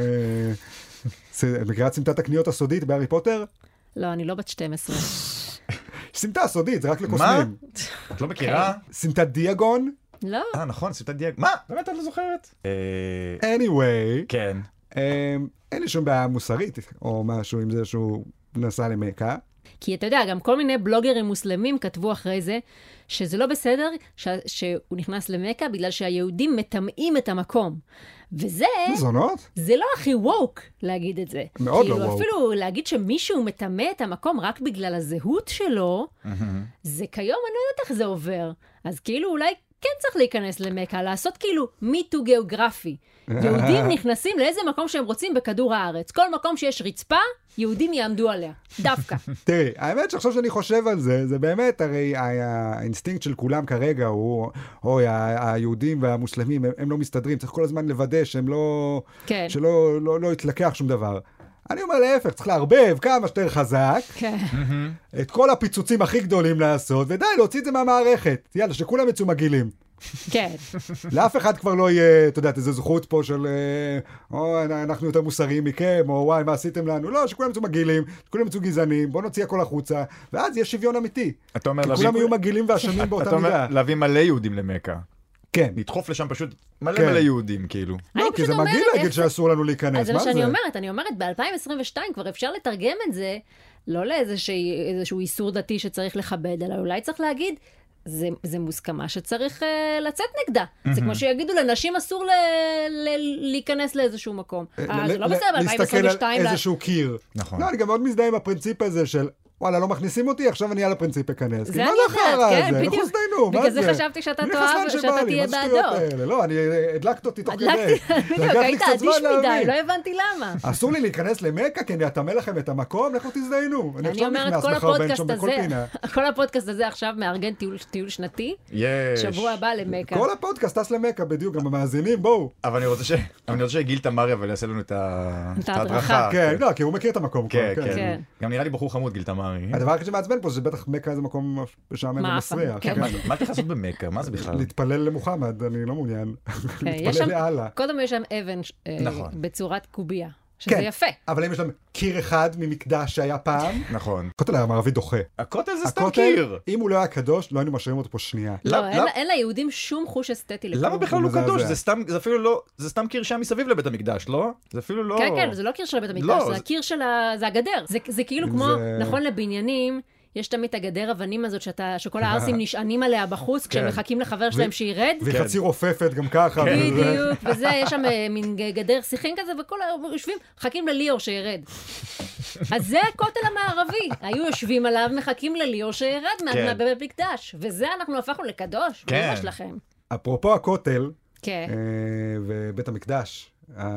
מכירה את סמטת הקניות הסודית בהארי פוטר? לא, אני לא בת שתים עשרה. סמטה סודית, זה רק לקוסמים. מה? את לא מכירה? סמטת דיאגון? לא. אה, נכון, סמטת דיאגון. מה? באמת את לא זוכרת? anyway. כן. אין לי שום בעיה מוסרית, או משהו עם זה שהוא נסע למקה. כי אתה יודע, גם כל מיני בלוגרים מוסלמים כתבו אחרי זה, שזה לא בסדר ש... שהוא נכנס למקה, בגלל שהיהודים מטמאים את המקום. וזה... זונות? זה לא הכי ווק להגיד את זה. מאוד כאילו, לא ווק. אפילו להגיד שמישהו מטמא את המקום רק בגלל הזהות שלו, זה כיום, אני לא יודעת איך זה עובר. אז כאילו אולי כן צריך להיכנס למכה, לעשות כאילו מיטו גיאוגרפי. יהודים נכנסים לאיזה מקום שהם רוצים בכדור הארץ. כל מקום שיש רצפה, יהודים יעמדו עליה. דווקא. תראי, האמת שעכשיו שאני חושב על זה, זה באמת, הרי האינסטינקט של כולם כרגע הוא, אוי, היהודים והמוסלמים, הם, הם לא מסתדרים, צריך כל הזמן לוודא שהם לא, כן. שלא לא, לא יתלקח שום דבר. אני אומר להפך, צריך להרבב כמה שיותר חזק, כן. את כל הפיצוצים הכי גדולים לעשות, ודי, להוציא את זה מהמערכת. יאללה, שכולם יצאו מגעילים. כן. לאף אחד כבר לא יהיה, אתה יודעת, איזו זכות פה של, או, אנחנו יותר מוסריים מכם, או וואי, מה עשיתם לנו? לא, שכולם יצאו מגעילים, שכולם יצאו גזענים, בואו נוציא הכל החוצה, ואז יש שוויון אמיתי. אתה אומר, כי כולם יהיו מגעילים ואשמים באותה אתה אומר, מידה. להביא מלא יהודים למכה. כן. לדחוף לשם פשוט מלא כן. מלא יהודים, כאילו. לא, כי זה מגעיל להגיד שאסור לנו להיכנס, אז זה מה מה זה? שאני אומרת, אני אומרת, ב-אלפיים עשרים ושתיים כבר אפשר לתרגם את זה, לא לאיזשהו איסור דתי שצריך לכבד, אלא אולי צריך להגיד, זה, זה מוסכמה שצריך uh, לצאת נגדה. Mm-hmm. זה כמו שיגידו, לנשים אסור ל, ל, להיכנס לאיזשהו מקום. ל- אה, זה לא ל- בסדר, ב-אלפיים עשרים ושתיים... להסתכל על איזשהו קיר. נכון. לא, אני גם מאוד מזדהה עם הפרינציפ הזה של, וואלה, לא מכניסים אותי, עכשיו אני על הפרינציפ אכנס. זה אני יודעת, כן, בדיוק. לכו סדיינו, מה בגלל זה? זה חשבתי שאתה אני תאהב, נכנס לאן שאתה שבא לי, תהיה מה השטויות בעדו. האלה? לא, אני הדלקת אותי תוך כדי. הדלקתי, בדיוק, לקח לי היית קצת זמן אדיש מדי, להבין. לא הבנתי למה. אסור לי להיכנס למכה, כי אני אטמא לכם את המקום, לכו תזדיינו. אני אני עכשיו אומרת, נכנס כל מחרבן הפודקאסט שם בכל הזה, פינה. כל הפודקאסט הזה עכשיו מארגן טיול- טיול שנתי, יש. שבוע הבא למכה. כל הפודקאסט טס למכה, בדיוק, גם המאזינים, בואו. אבל אני רוצה ש... אני רוצה שגיל תמרי אבל יעשה לנו את ה- את את ההדרכה. ההדרכה. כן, לא, כי הוא מכיר את המקום כן, כבר. כן. כן. גם נראה לי בחור חמוד גיל תמרי. הדבר הכי שמעצבן פה זה בטח מכה זה מקום משעמם מה, ומסריח. כן. כן. מה מה צריך לעשות במכה? מה זה בכלל? להתפלל למוחמד, אני לא מעוניין. כן, יש שם- להתפלל לאללה. קודם יש שם אבן אה, נכון. בצורת קוביה, שזה כן, יפה. אבל אם יש להם קיר אחד ממקדש שהיה פעם, נכון. הכותל המערבי דוחה. הכותל זה סתם הכותל, קיר. אם הוא לא היה קדוש, לא היינו משאירים אותו פה שנייה. לא, למה- אין למה- לה- אין ליהודים שום חוש אסתטי לכלום. למה בכלל הוא הוא קדוש? מזעזע. זה סתם, זה אפילו לא, זה סתם קיר שם מסביב לבית המקדש, לא? זה אפילו לא... כן, כן, זה לא קיר של בית המקדש, לא, זה זה- הקיר של ה... זה הגדר. זה- זה כאילו אם כמו, זה- נכון לבניינים, יש תמיד את הגדר אבנים הזאת, שאתה- שכל הערסים נשענים עליה בחוץ, כשהם כן. מחכים לחבר שלהם שירד. והיא חצי רופפת גם ככה. וזה- בדיוק, וזה, יש שם אה, מין גדר שיחים כזה, וכל ה- יושבים, מחכים לליאור שירד. אז זה הכותל המערבי. היו יושבים עליו, מחכים לליאור שירד מה- כן. מהבית המקדש. וזה אנחנו הפכנו לקדוש, כן. באמא שלכם. אפרופו הכותל כן, אה, ובית המקדש,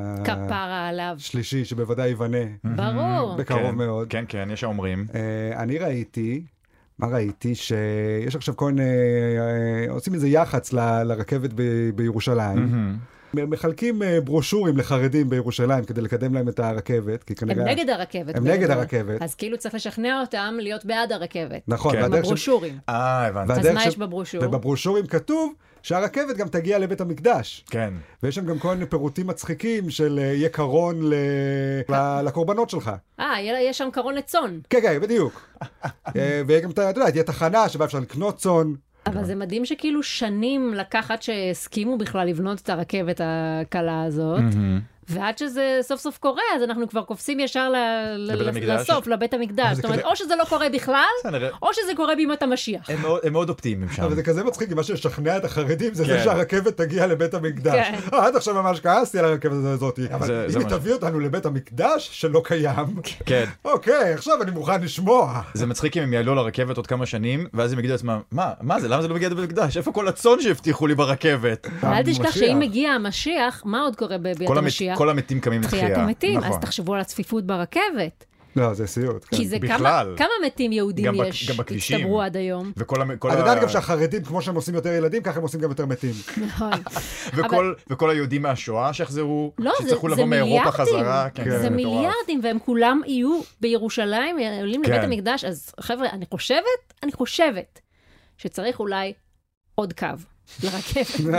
כפרה עליו. השלישי שבוודאי ייבנה ברור. בקרוב כן, מאוד. כן, כן, יש האומרים. אה, אני ראיתי, מה ראיתי? שיש עכשיו כל מיני, אה, עושים איזה יח"צ ל- לרכבת ב- בירושלים. מחלקים אה, ברושורים לחרדים בירושלים כדי לקדם להם את הרכבת, כי הם כנראה... נגד הרכבת. הם נגד בגדול. הרכבת. אז כאילו צריך לשכנע אותם להיות בעד הרכבת. נכון, כן. עם והדרך של- הברושורים. אה, הבנתי. והדרך אז מה של- יש בברושור? ובברושורים כתוב שהרכבת גם תגיע לבית המקדש. כן. ויש שם גם כל מיני פירוטים מצחיקים של אה, יהיה קרון ל... ל- לקורבנות שלך. אה, יהיה- יש שם קרון לצאן. כן, כן, בדיוק. אה, ויהיה גם, אתה יודע, תהיה תחנה שבה אפשר לקנות צאן. אבל זה מדהים שכאילו שנים לקח עד שהסכימו בכלל לבנות את הרכבת הקלה הזאת, ועד שזה סוף סוף קורה, אז אנחנו כבר קופצים ישר ל- ל- לבית המקדש? לסוף, לבית המקדש. זאת אומרת, כזה- או שזה לא קורה בכלל, בסדר. או שזה קורה בימות המשיח. הם מאוד- הם מאוד אופטימיים שם. אבל זה כזה מצחיק, כי מה שישכנע את החרדים זה זה כן. שהרכבת תגיע לבית המקדש. כן. אה, עד עכשיו ממש כעסתי על הרכבת הזאת, אבל זה- זה אם היא מה- תביא אותנו לבית המקדש שלא קיים, כן. אוקיי, עכשיו אני מוכן לשמוע. זה מצחיק אם הם יעלו לרכבת עוד כמה שנים, ואז הם יגידו לעצמם, מה, מה זה, למה זה לא מגיע לבית המקדש? איפה כל הצאן שהבטיחו לי ברכבת? אל תשכח המשיח. שאם מגיע המשיח, מה עוד קורה בביאת כל המת- המשיח? כל המתים קמים לתחייה. תחיית המתים, אז נכון. תחשבו על הצפיפות ברכבת. לא, זה סיוט. כן. כי זה כמה, בכלל. כמה מתים יהודים גם בק- יש, גם בכבישים. הצטברו עד היום. וכל המ- כל את ה- יודעת גם שהחרדים, כמו שהם עושים יותר ילדים, ככה הם עושים גם יותר מתים. נכון. וכל- וכל היהודים מהשואה שיחזרו, לא, זה, שיצטרכו זה לבוא מאירופה מיליארדים. חזרה. כן, זה מטורף. מיליארדים, והם כולם יהיו בירושלים, עולים כן. לבית המקדש. אז חבר'ה, אני חושבת, אני חושבת, שצריך אולי עוד קו לרכבת.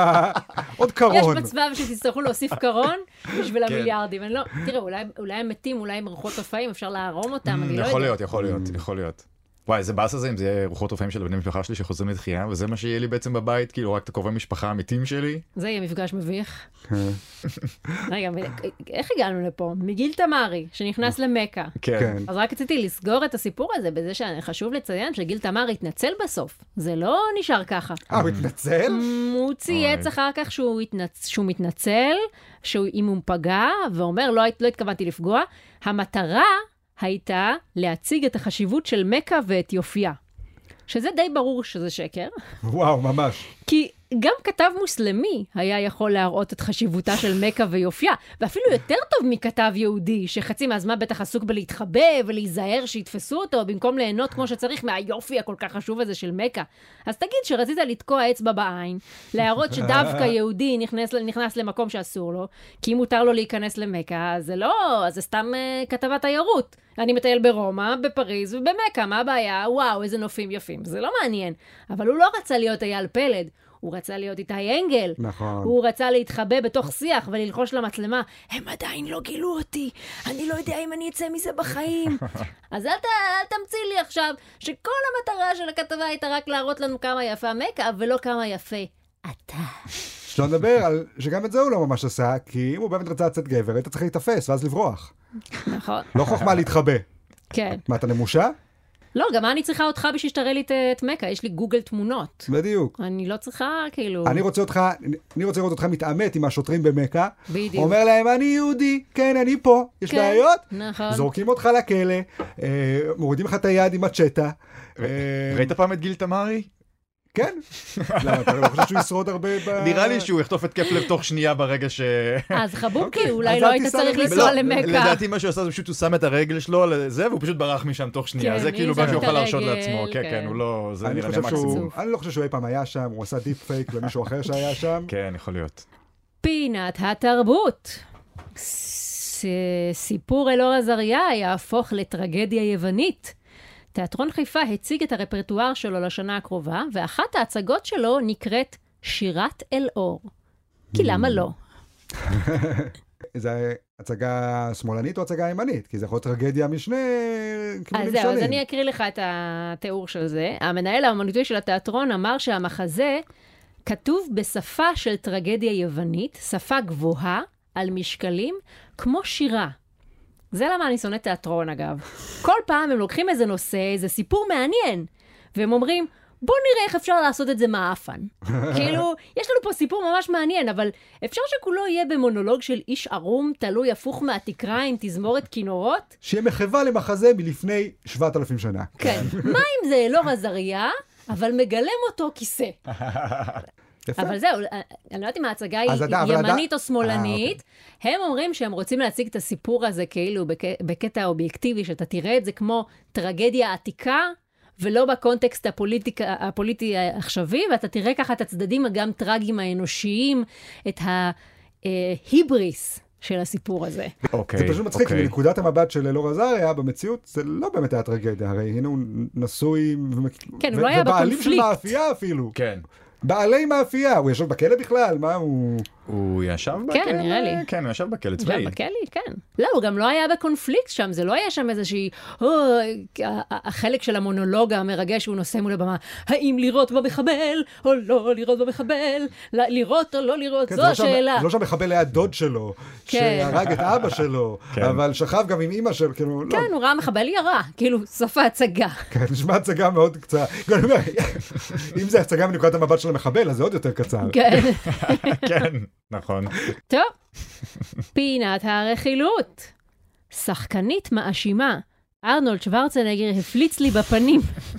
עוד יש קרון. מצווה שתצטרכו להוסיף קרון בשביל כן. המיליארדים. אני לא, תראה, אולי, אולי הם מתים, אולי הם רוחות רפאים, אפשר להרום אותם, אני לא יכול יודעת. להיות, יכול להיות, יכול להיות. וואי, איזה באס הזה אם זה יהיה רוחות רפאים של בני משפחה שלי שחוזרים לתחייה, וזה מה שיהיה לי בעצם בבית, כאילו רק את הקרובי משפחה האמיתים שלי. זה יהיה מפגש מביך. כן. רגע, איך הגענו לפה? מגיל תמרי, שנכנס למכה. כן. כן. אז רק רציתי לסגור את הסיפור הזה בזה שחשוב לציין שגיל תמר התנצל בסוף. זה לא נשאר ככה. אה, הוא התנצל? הוא צייץ אחר כך שהוא, התנצ... שהוא מתנצל, שאם הוא פגע, ואומר, לא, לא התכוונתי לפגוע. המטרה הייתה להציג את החשיבות של מכה ואת יופייה. שזה די ברור שזה שקר. וואו, ממש. כי גם כתב מוסלמי היה יכול להראות את חשיבותה של מכה ויופייה, ואפילו יותר טוב מכתב יהודי, שחצי מהזמן בטח עסוק בלהתחבא ולהיזהר שיתפסו אותו, במקום ליהנות כמו שצריך מהיופי הכל כך חשוב הזה של מכה. אז תגיד שרצית לתקוע אצבע בעין, להראות שדווקא יהודי נכנס, נכנס למקום שאסור לו, כי אם מותר לו להיכנס למכה, אז זה לא, אז זה סתם uh, כתבת תיירות. אני מטייל ברומא, בפריז ובמכה, מה הבעיה? וואו, איזה נופים יפים. זה לא מעניין. אבל הוא לא רצה להיות אייל פלד, הוא רצה להיות איתי אנגל. נכון. הוא רצה להתחבא בתוך שיח וללחוש למצלמה, הם עדיין לא גילו אותי, אני לא יודע אם אני אצא מזה בחיים. אז אל, ת, אל תמציא לי עכשיו שכל המטרה של הכתבה הייתה רק להראות לנו כמה יפה מכה, ולא כמה יפה אתה. שלא נדבר על שגם את זה הוא לא ממש עשה, כי אם הוא באמת רצה לצאת גבר, היית צריך להתאפס ואז לברוח. נכון. לא חוכמה להתחבא. כן. מה, אתה נמושה? לא, גם אני צריכה אותך בשביל שתראה לי את, את מכה, יש לי גוגל תמונות. בדיוק. אני לא צריכה, כאילו... אני רוצה אותך, אני רוצה לראות אותך מתעמת עם השוטרים במכה. בדיוק. אומר להם, אני יהודי, כן, אני פה, יש כן, בעיות? נכון. זורקים אותך לכלא, אה, מורידים לך את היד עם הצ'טה. אה, ראית פעם את גיל תמרי? כן. למה, אתה לא חושב שהוא ישרוד הרבה ב... נראה לי שהוא יחטוף את קפלר תוך שנייה ברגע ש... אז חבוקי, אולי אז לא אל היית תיסע צריך למכה. לנסוע לא, למכה. לדעתי מה שהוא עשה זה פשוט הוא שם את הרגל שלו על זה והוא פשוט ברח משם תוך שנייה. כן, זה כאילו מי מה שם שהוא את יכול להרשות הרגל, לעצמו. כן, כן. כן, הוא לא... זה אני נראה לי חושב שהוא, מקסימום. אני לא חושב שהוא אי פעם היה שם, הוא עשה דיפ פייק למישהו אחר שהיה שם. כן, יכול להיות. פינת התרבות. ס- סיפור אלאור עזריה יהפוך לטרגדיה יוונית. תיאטרון חיפה הציג את הרפרטואר שלו לשנה הקרובה, ואחת ההצגות שלו נקראת שירת אלאור. כי למה לא? זה הצגה שמאלנית או הצגה ימנית? כי זה יכול להיות טרגדיה משני כיוונים אז זהו, שונים. אז אני אקריא לך את התיאור של זה. המנהל האמנותי של התיאטרון אמר שהמחזה כתוב בשפה של טרגדיה יוונית, שפה גבוהה, על משקלים, כמו שירה. זה למה אני שונאת תיאטרון, אגב. כל פעם הם לוקחים איזה נושא, איזה סיפור מעניין, והם אומרים, בוא נראה איך אפשר לעשות את זה מאפן. כאילו, יש לנו פה סיפור ממש מעניין, אבל אפשר שכולו יהיה במונולוג של איש ערום, תלוי הפוך מהתקרה עם תזמורת כינורות? שיהיה מחווה למחזה מלפני שבעת אלפים שנה. כן. מה אם זה אלאור עזריה, אבל מגלם אותו כיסא? יפה. אבל זהו, אני לא יודעת אם ההצגה היא אז עדה- אבל ימנית עדה- או שמאלנית. הם אומרים שהם רוצים להציג את הסיפור הזה כאילו בק- בקטע אובייקטיבי, שאתה תראה את זה כמו טרגדיה עתיקה, ולא בקונטקסט הפוליטיקה, הפוליטי העכשווי, ואתה תראה ככה את הצדדים הגם טרגיים האנושיים, את ההיבריס של הסיפור הזה. אוקיי. זה פשוט מצחיק, כי אוקיי. מנקודת המבט של אלאור עזריה במציאות, זה לא באמת היה טרגדיה, הרי הנה הוא נשוי, כן, הוא לא היה ובעלים של בקונפליקט. מאפייה אפילו. כן. בעלי מאפייה, הוא ישב בכלא בכלל, מה הוא... הוא ישב בכלא? כן, נראה לי. כן, הוא ישב בכלא צבאי. גם בכלא, כן. לא, הוא גם לא היה בקונפליקט שם, זה לא היה שם איזושהי, או, החלק של המונולוג המרגש שהוא נושא מול הבמה, האם לראות במחבל, או לא לראות במחבל, ל- לראות או לא לראות, כן, זו זה לא שם- השאלה. זה לא שהמחבל היה דוד שלו, כן. שהרג את אבא שלו, כן. אבל שכב גם עם אמא שלו, כאילו, לא. כן, הוא ראה מחבל ירה, כאילו, סוף ההצגה. כן, נשמע הצגה מאוד קצרה. אני אומר, אם זה הצגה מנקודת המבט של המחבל, אז זה עוד יותר קצר. כן. כן, נכון. טוב, פינת הרכילות. שחקנית מאשימה. ארנולד שוורצנגר הפליץ לי בפנים.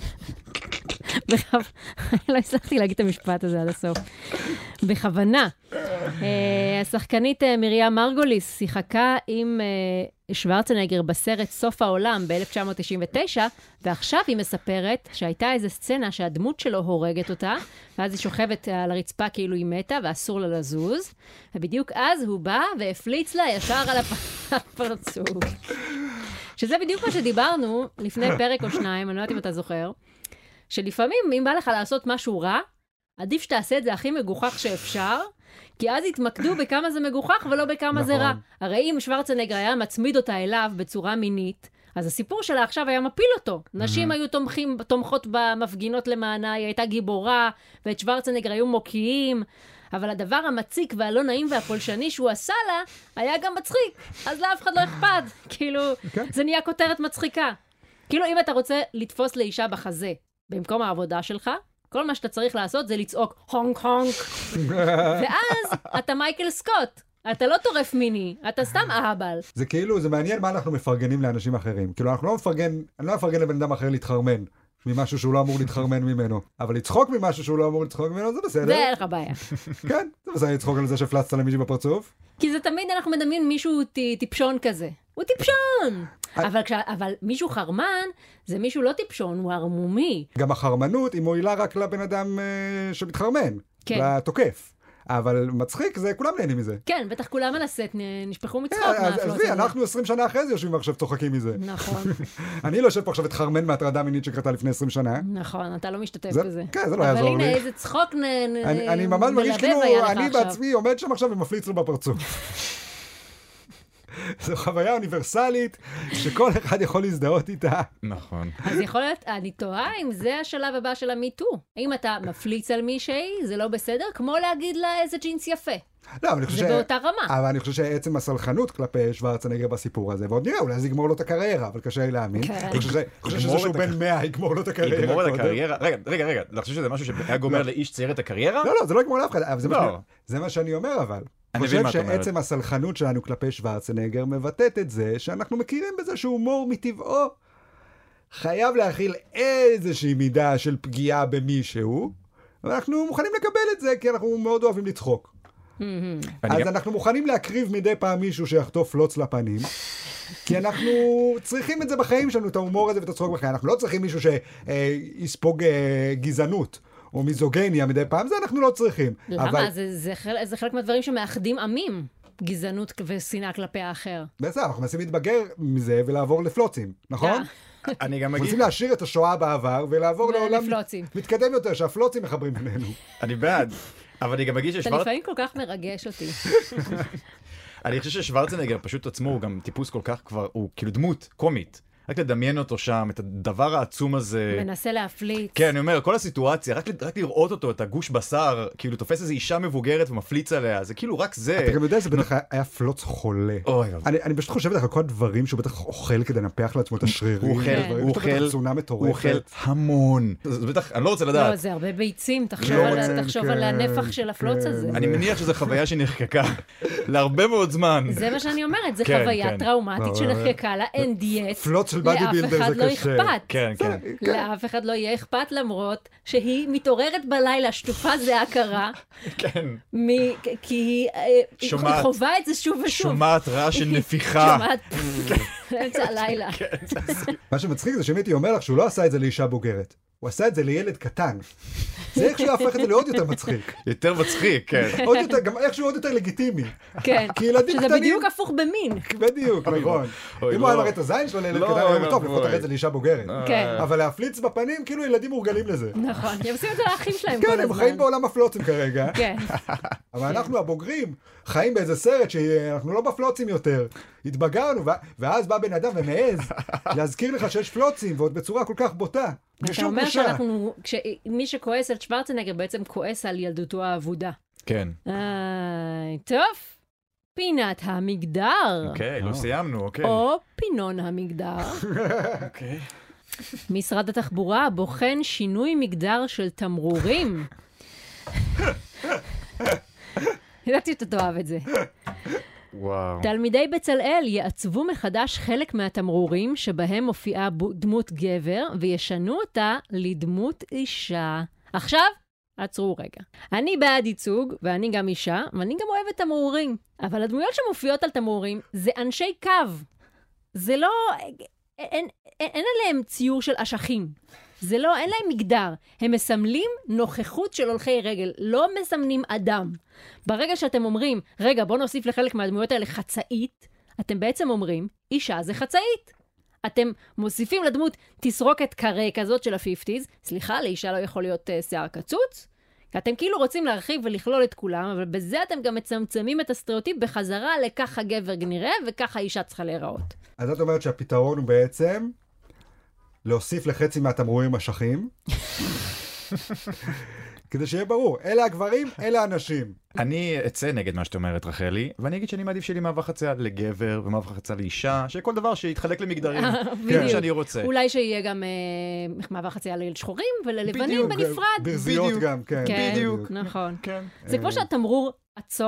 בכו- לא הצלחתי להגיד את המשפט הזה עד הסוף. בכוונה. אה, השחקנית אה, מרים מרגוליס שיחקה עם אה, שוורצנגר בסרט סוף העולם ב-אלף תשע מאות תשעים ותשע, ועכשיו היא מספרת שהייתה איזו סצנה שהדמות שלו הורגת אותה, ואז היא שוכבת על הרצפה כאילו היא מתה ואסור לה לזוז, ובדיוק אז הוא בא והפליץ לה ישר על הפ- הפרצוף. שזה בדיוק מה שדיברנו לפני פרק או שניים, אני לא יודעת אם אתה זוכר, שלפעמים אם בא לך לעשות משהו רע, עדיף שתעשה את זה הכי מגוחך שאפשר, כי אז יתמקדו בכמה זה מגוחך ולא בכמה זה רע. הרי אם שוורצנגר היה מצמיד אותה אליו בצורה מינית, אז הסיפור שלה עכשיו היה מפיל אותו. נשים היו תומכים, תומכות במפגינות למענה, היא הייתה גיבורה, ואת שוורצנגר היו מוקיעים, אבל הדבר המציק והלא נעים והפולשני שהוא עשה לה, היה גם מצחיק. אז לאף אחד לא אכפת. כאילו, כן. זה נהיה כותרת מצחיקה. כאילו, אם אתה רוצה לתפוס לאישה בחזה במקום העבודה שלך, כל מה שאתה צריך לעשות זה לצעוק הונק הונק. ואז אתה מייקל סקוט. אתה לא טורף מיני, אתה סתם אהבל. זה כאילו, זה מעניין מה אנחנו מפרגנים לאנשים אחרים. כאילו, אנחנו לא מפרגן, אני לא מפרגן לבן אדם אחר להתחרמן. ממשהו שהוא לא אמור להתחרמן ממנו. אבל לצחוק ממשהו שהוא לא אמור לצחוק ממנו, זה בסדר. זה אין לך בעיה. כן, זה בסדר לצחוק על זה שהפלצת למישהו בפרצוף. כי זה תמיד אנחנו מדמיין מישהו טיפשון כזה. הוא טיפשון! אבל, כש, אבל מישהו חרמן, זה מישהו לא טיפשון, הוא ערמומי. גם החרמנות היא מועילה רק לבן אדם אה, שמתחרמן, כן. לתוקף. אבל מצחיק, זה כולם נהנים מזה. כן, בטח כולם על הסט נשפכו מצחוק. אז עזבי, אנחנו עשרים שנה אחרי זה יושבים עכשיו צוחקים מזה. נכון. אני לא יושב פה עכשיו את חרמן מהטרדה מינית שקרתה לפני עשרים שנה. נכון, אתה לא משתתף זה, בזה. כן, זה לא יעזור לי. אבל הנה, איזה צחוק נ... אני, אני ממש מרגיש כאילו, אני בעצמי עומד שם עכשיו ומפליץ לו בפרצוף. זו חוויה אוניברסלית שכל אחד יכול להזדהות איתה. נכון. אז יכול להיות, אני תוהה אם זה השלב הבא של המיטו. אם אתה מפליץ על מישהי, זה לא בסדר, כמו להגיד לה איזה ג'ינס יפה. לא, אבל אני חושב זה ש... באותה רמה. אבל אני חושב שעצם הסלחנות כלפי שוורצנגר בסיפור הזה, ועוד נראה, אולי זה יגמור לו את הקריירה, אבל קשה לי להאמין. אני חושב שזה שהוא בן מאה, יגמור לו את הקריירה. יגמור לו את הקריירה? רגע, רגע, רגע, אני חושב שזה משהו שהיה גומר לאיש צעיר את הקריירה? לא, לא, זה לא יגמור לאף אחד, זה מה שאני אומר, אבל. אני חושב שעצם הסלחנות שלנו כלפי שוורצנגר מבטאת את זה שאנחנו מכירים בזה שהוא הומור מטבעו חייב להכיל איזושהי מידה של פגיעה במישהו, ואנחנו מוכנים לקבל את זה כי אנחנו מאוד אוהבים לצחוק. אז אנחנו מוכנים להקריב מדי פעם מישהו שיחטוף לוץ לפנים, כי אנחנו צריכים את זה בחיים שלנו, את ההומור הזה ואת הצחוק בחיים. אנחנו לא צריכים מישהו שיספוג גזענות או מיזוגניה מדי פעם, זה אנחנו לא צריכים. למה? אבל... זה, זה, חלק, זה חלק מהדברים שמאחדים עמים, גזענות ושנאה כלפי האחר. בסדר, אנחנו מנסים להתבגר מזה ולעבור לפלוצים, נכון? אני גם אנחנו אגיד... מנסים להשאיר את השואה בעבר ולעבור לעולם לפלוצים. מתקדם יותר, שהפלוצים מחברים בינינו. אני בעד, אבל אני גם אגיד אתה ששוורצנגר... לפעמים כל כך מרגש אותי. אני חושב ששוורצנגר פשוט עצמו הוא גם טיפוס כל כך כבר, הוא כאילו דמות קומית. רק לדמיין אותו שם, את הדבר העצום הזה. מנסה להפליץ. כן, אני אומר, כל הסיטואציה, רק, רק לראות אותו, את הגוש בשר, כאילו תופס איזו אישה מבוגרת ומפליץ עליה, זה כאילו רק זה. אתה גם יודע, זה בטח היה פלוץ חולה. אוי, אני, אני פשוט חושבת על כל הדברים שהוא בטח אוכל כדי לנפח לעצמו את השרירים. הוא אוכל, הוא אוכל, הוא אוכל המון. זה בטח, אני לא רוצה לדעת. לא, זה הרבה ביצים, תחשוב על, תחשוב על הנפח של הפלוץ הזה. אני מניח שזו חוויה שנחקקה להרבה מאוד זמן. זה מה שאני אומרת, זה כן, חוויה כן. טראומטית שנחקקה לה, אין דיאט. פלוץ של בדי בילדר זה לאף אחד לא קשה. אכפת. כן, כן. לאף אחד לא יהיה אכפת, למרות שהיא מתעוררת בלילה, שטופה זה הכרה. כן. כי היא שומעת- חובה את זה שוב ושוב. שומעת רע של נפיחה. שומעת באמצע הלילה. מה שמצחיק זה שמיטי אומר לך שהוא לא עשה את זה לאישה בוגרת. הוא עשה את זה לילד קטן. זה איכשהו הפך את זה לעוד יותר מצחיק. יותר מצחיק, כן. עוד יותר, גם איכשהו עוד יותר לגיטימי. כן. כי ילדים שזה קטנים... בדיוק הפוך במין. בדיוק, נכון. אוי, אם לא. הוא היה מראה את הזין שלו לילד לא, קטן, הוא אוי, טוב, לפחות אוי. תראה את זה לאישה בוגרת. כן. אבל להפליץ בפנים, כאילו ילדים מורגלים לזה. נכון. כי הם עושים את זה לאחים שלהם כל כן, הזמן. הם חיים בעולם הפלוצים כרגע. כן. אבל אנחנו הבוגרים חיים באיזה סרט שאנחנו לא בפלוצים יותר. התבגרנו, ואז בא בן אדם ומעז להזכיר לך שיש פלוצים, ועוד בצורה כל כך בוטה. אתה אומר שאנחנו, מי שכועס על שוורצנגר בעצם כועס על ילדותו האבודה. כן. טוב, פינת המגדר. אוקיי, לא סיימנו, אוקיי. או פינון המגדר. אוקיי. משרד התחבורה בוחן שינוי מגדר של תמרורים. ידעתי שאתה תאהב את זה. וואו. תלמידי בצלאל יעצבו מחדש חלק מהתמרורים שבהם מופיעה דמות גבר וישנו אותה לדמות אישה. עכשיו, עצרו רגע. אני בעד ייצוג, ואני גם אישה, ואני גם אוהבת תמרורים. אבל הדמויות שמופיעות על תמרורים זה אנשי קו. זה לא... אין, אין, אין עליהם ציור של אשכים. זה לא, אין להם מגדר. הם מסמלים נוכחות של הולכי רגל, לא מסמנים אדם. ברגע שאתם אומרים, רגע, בוא נוסיף לחלק מהדמויות האלה חצאית, אתם בעצם אומרים, אישה זה חצאית. אתם מוסיפים לדמות תסרוקת קרה כזאת של ה-חמישים, סליחה, לאישה לא יכול להיות uh, שיער קצוץ, אתם כאילו רוצים להרחיב ולכלול את כולם, אבל בזה אתם גם מצמצמים את הסטריאוטיפ בחזרה לככה גבר נראה, וככה אישה צריכה להיראות. אז את אומרת שהפתרון הוא בעצם להוסיף לחצי מהתמרורים אשכים, כדי שיהיה ברור, אלה הגברים, אלה הנשים. אני אצא נגד מה שאת אומרת, רחלי, ואני אגיד שאני מעדיף שלי מעבר חציה לגבר ומעבר חציה לאישה, שכל דבר שיתחלק למגדרים, כן, שאני רוצה. אולי שיהיה גם מעבר חציה לשחורים וללבנים בנפרד. ברזיות גם, כן. בדיוק. נכון. זה כמו שהתמרור עצור,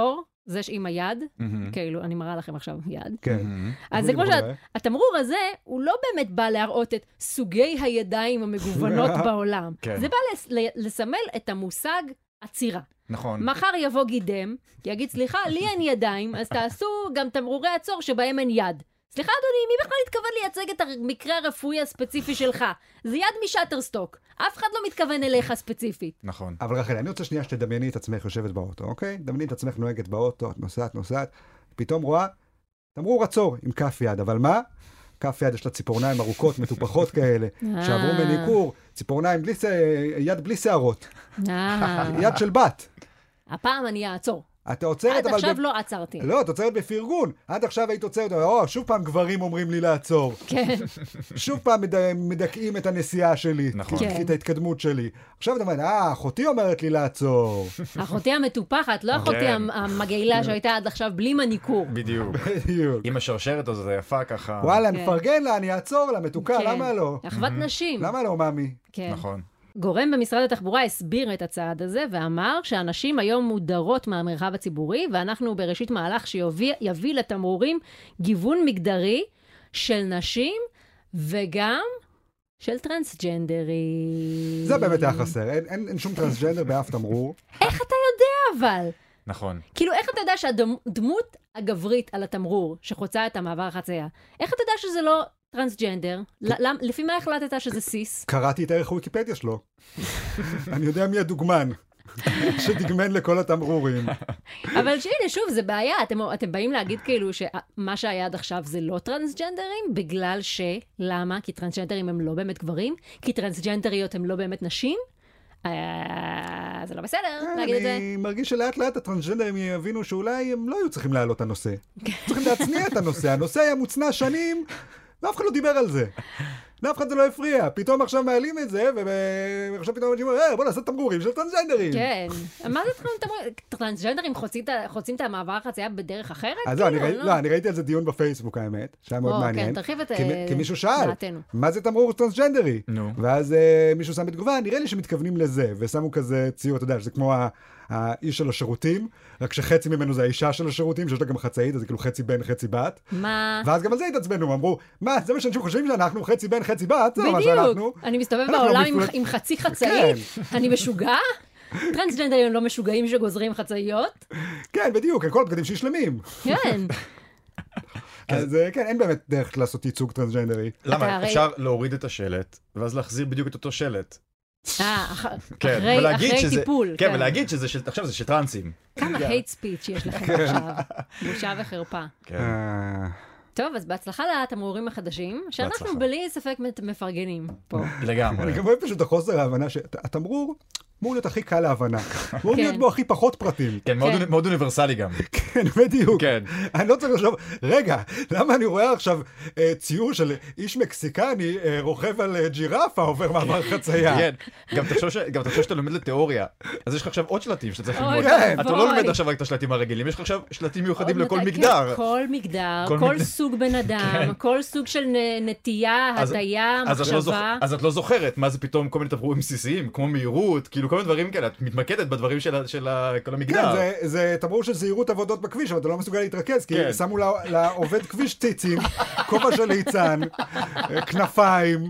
זה עם היד, כאילו, אני מראה לכם עכשיו יד. כן. אז זה כמו שהתמרור הזה, הוא לא באמת בא להראות את סוגי הידיים המגוונות בעולם. זה בא לסמל את המושג עצירה. נכון. מחר יבוא גידם, יגיד, סליחה, לי אין ידיים, אז תעשו גם תמרורי עצור שבהם אין יד. סליחה, אדוני, מי בכלל התכוון לייצג את המקרה הרפואי הספציפי שלך? זה יד משאטרסטוק. אף אחד לא מתכוון אליך ספציפית. נכון. אבל רחל, אני רוצה שנייה שתדמייני את עצמך יושבת באוטו, אוקיי? דמייני את עצמך נוהגת באוטו, את נוסעת, נוסעת, פתאום רואה, תמרור עצור עם כף יד, אבל מה? כף יד יש לה ציפורניים ארוכות, מטופחות כאלה, שעברו מניקור, ציפורניים, בלי, יד בלי שערות. יד של בת. הפעם אני אעצור. אתה עוצרת, עד אבל... עכשיו ב... לא עצרתי. לא, את עוצרת בפרגון. עד עכשיו היית עוצרת, או, שוב פעם גברים אומרים לי לעצור. כן. שוב פעם מד... מדכאים את הנסיעה שלי. נכון. כן. את ההתקדמות שלי. עכשיו אתה אומר, אה, אחותי אומרת לי לעצור. אחותי המטופחת, לא אחותי כן. המגעילה שהייתה עד עכשיו בלי מניקור. בדיוק. בדיוק. עם השרשרת הזו, זה יפה ככה. וואלה, כן. נפרגן לה, אני אעצור לה, מתוקה, כן. למה לא? אחוות נשים. למה לא, ממי? כן. נכון. גורם במשרד התחבורה הסביר את הצעד הזה ואמר שאנשים היום מודרות מהמרחב הציבורי, ואנחנו בראשית מהלך שיביא לתמרורים גיוון מגדרי של נשים וגם של טרנסג'נדרים. זה באמת היה חסר, אין, אין, אין שום טרנסג'נדר באף תמרור. איך אתה יודע אבל? נכון. כאילו איך אתה יודע שהדמות הגברית על התמרור שחוצה את המעבר החצייה, איך אתה יודע שזה לא טרנסג'נדר? לפי מה החלטת שזה סיס? קראתי את הערך וויקיפדיה שלו. אני יודע מי הדוגמן שדגמן לכל התמרורים. אבל שהנה, שוב, זה בעיה. אתם, אתם באים להגיד כאילו שמה שהיה עד עכשיו זה לא טרנסג'נדרים, בגלל ש... למה? כי טרנסג'נדרים הם לא באמת גברים? כי טרנסג'נדריות הם לא באמת נשים? זה לא בסדר, להגיד את זה. אני מרגיש שלאט לאט הטרנסג'נדרים יבינו שאולי הם לא היו צריכים להעלות את הנושא. צריכים להצניע את הנושא. הנושא היה מוצנע שנים, ואף אחד לא דיבר על זה. לאף אחד זה לא הפריע. פתאום עכשיו מעלים את זה, ועכשיו פתאום אנשים אומרים, בוא נעשה תמרורים של טרנסג'נדרים. כן. מה זה תמרורים? טרנסג'נדרים חוצים את המעבר החצייה בדרך אחרת? אז לא, אני ראיתי על זה דיון בפייסבוק, האמת, שהיה מאוד מעניין. תרחיב את כי מישהו שאל, מה זה תמרור טרנסג'נדרי? ואז מישהו שם בתגובה, נראה לי שמתכוונים לזה, ושמו כזה ציור, אתה יודע, שזה כמו האיש של השירותים, רק שחצי ממנו זה האישה של השירותים, שיש לה גם חצאית, אז זה כאילו חצי בן, חצי בת. מה? ואז גם על זה התעצבנו, אמרו, מה, זה מה שאנשים חושבים שאנחנו, חצי בן, חצי בת, זה מה שאנחנו. בדיוק, אני מסתובב בעולם עם חצי חצאית, אני משוגע? טרנסג'נדרים לא משוגעים שגוזרים חצאיות? כן, בדיוק, כל הבגדים שישלמים. כן. אז כן, אין באמת דרך לעשות ייצוג טרנסג'נדרי. למה? אפשר להוריד את השלט, ואז להחזיר בדיוק את אותו שלט. אה, אחרי טיפול. כן, ולהגיד שעכשיו זה שטרנסים. כמה hate speech יש לכם עכשיו. בושה וחרפה. כן. טוב, אז בהצלחה לתמרורים החדשים, שאנחנו בלי ספק מפרגנים פה. לגמרי. אני גם אוהב פשוט החוסר ההבנה שהתמרור אמור להיות הכי קל להבנה. אמור להיות בו הכי פחות פרטים. כן, מאוד אוניברסלי גם. כן, בדיוק. אני לא צריך לחשוב, רגע, למה אני רואה עכשיו ציור של איש מקסיקני רוכב על ג'ירפה עובר מעבר חצייה? כן, גם תחשוב שאתה לומד לתיאוריה, אז יש לך עכשיו עוד שלטים שאתה צריך ללמוד. אתה לא לומד עכשיו רק את השלטים הרגילים, יש לך עכשיו שלטים מיוחדים לכל מגדר. כל מגדר, כל סוג בן אדם, כל סוג של נטייה, הטיה, מחשבה. אז את לא זוכרת מה זה פתאום כל מיני תמרורים בסיסיים, כמו מהירות, כאילו כל מיני דברים כאלה, את מתמקדת בדברים של כל המגדר. כן, זה תמרור של זהירות עבודות בכביש, אבל אתה לא מסוגל להתרכז, כי שמו לעובד כביש ציצים, כובע של ליצן, כנפיים.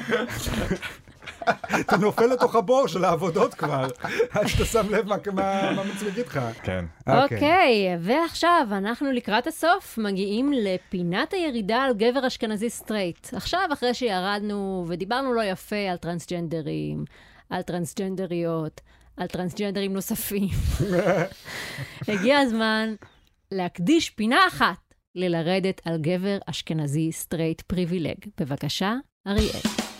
אתה נופל לתוך הבור של העבודות כבר, עד שאתה שם לב מה מצליג איתך. כן. אוקיי, ועכשיו אנחנו לקראת הסוף מגיעים לפינת הירידה על גבר אשכנזי סטרייט. עכשיו, אחרי שירדנו ודיברנו לא יפה על טרנסג'נדרים, על טרנסג'נדריות, על טרנסג'נדרים נוספים, הגיע הזמן להקדיש פינה אחת ללרדת על גבר אשכנזי סטרייט פריבילג. בבקשה, אריאל.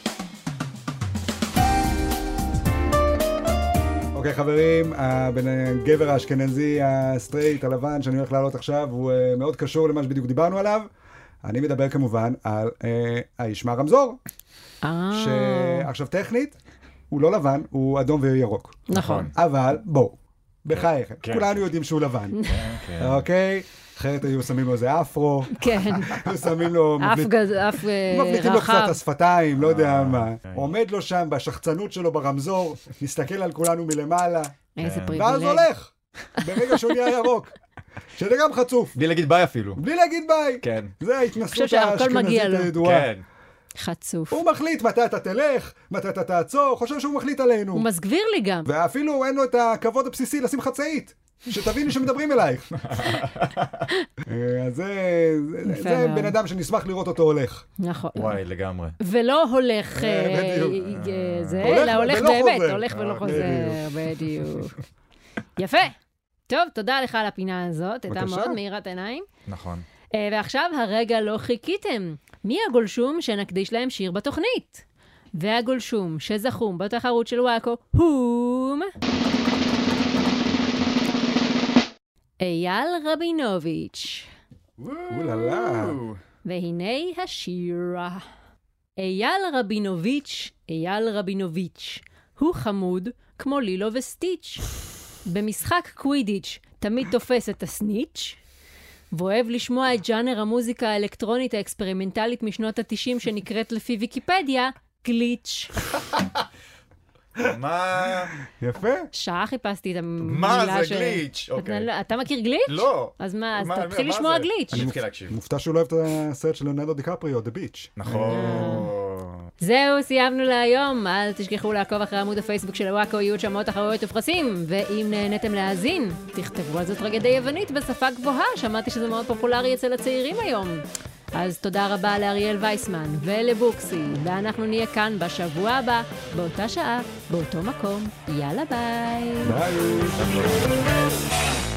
אוקיי חברים, הגבר האשכנזי הסטרייט הלבן שאני הולך לעלות עכשיו הוא מאוד קשור למה שבדיוק דיברנו עליו. אני מדבר כמובן על האיש מהרמזור. שעכשיו טכנית הוא לא לבן, הוא אדום וירוק. נכון. אבל בואו, בחייכם, כולנו יודעים שהוא לבן. אוקיי? אחרת היו שמים לו איזה אפרו. כן. היו שמים לו... אף רחב. מבליטים לו קצת השפתיים, לא יודע מה. עומד לו שם בשחצנות שלו ברמזור, מסתכל על כולנו מלמעלה. איזה פריבילג. ואז הולך, ברגע שהוא נהיה ירוק. שזה גם חצוף. בלי להגיד ביי אפילו. בלי להגיד ביי. כן. זה ההתנסות חושב שהכל מגיע האשכנזית לו. הידועה. כן. חצוף. הוא מחליט מתי אתה תלך, מתי אתה תעצור, חושב שהוא מחליט עלינו. הוא מסגביר לי גם. ואפילו אין לו את הכבוד הבסיסי לשים חצאית. שתביני שמדברים אלייך. אז זה, זה, זה בן אדם שנשמח לראות אותו הולך. נכון. וואי, לגמרי. ולא הולך, אה, בדיוק. אה, זה, הולך אלא הולך ולא באמת, חוזר. הולך ולא אה, חוזר, בדיוק. יפה. טוב, תודה לך על הפינה הזאת, הייתה בבקשה. מאוד מאירת עיניים. נכון. אה, ועכשיו הרגע לא חיכיתם. מי הגולשום שנקדיש להם שיר בתוכנית? והגולשום שזכום בתחרות של וואקו הום... אייל רבינוביץ'. אוללה. והנה השיר. אייל רבינוביץ', אייל רבינוביץ', הוא חמוד כמו לילו וסטיץ'. במשחק קווידיץ' תמיד תופס את הסניץ', ואוהב לשמוע את ג'אנר המוזיקה האלקטרונית האקספרימנטלית משנות ה-תשעים שנקראת לפי ויקיפדיה, גליץ'. מה? יפה. שעה חיפשתי את המילה מה זה ש- גליץ'? אתה- אוקיי. לא, אתה מכיר גליץ'? לא. אז מה, אז מה- תתחיל מה לשמוע זה? גליץ'. אני מתחיל להקשיב. מופתע שהוא לא אוהב את הסרט של לנדו דיקפריו, The Beach. נכון. זהו, סיימנו להיום. אל תשכחו לעקוב אחרי עמוד הפייסבוק של וואקו, יהיו שם עוד תחרויות ופרסים. ואם נהניתם להאזין, תכתבו על זאת רגדי יוונית בשפה גבוהה. שמעתי שזה מאוד פופולרי אצל הצעירים היום. אז תודה רבה לאריאל וייסמן ולבוקסי, ואנחנו נהיה כאן בשבוע הבא, באותה שעה, באותו מקום. יאללה ביי. ביי.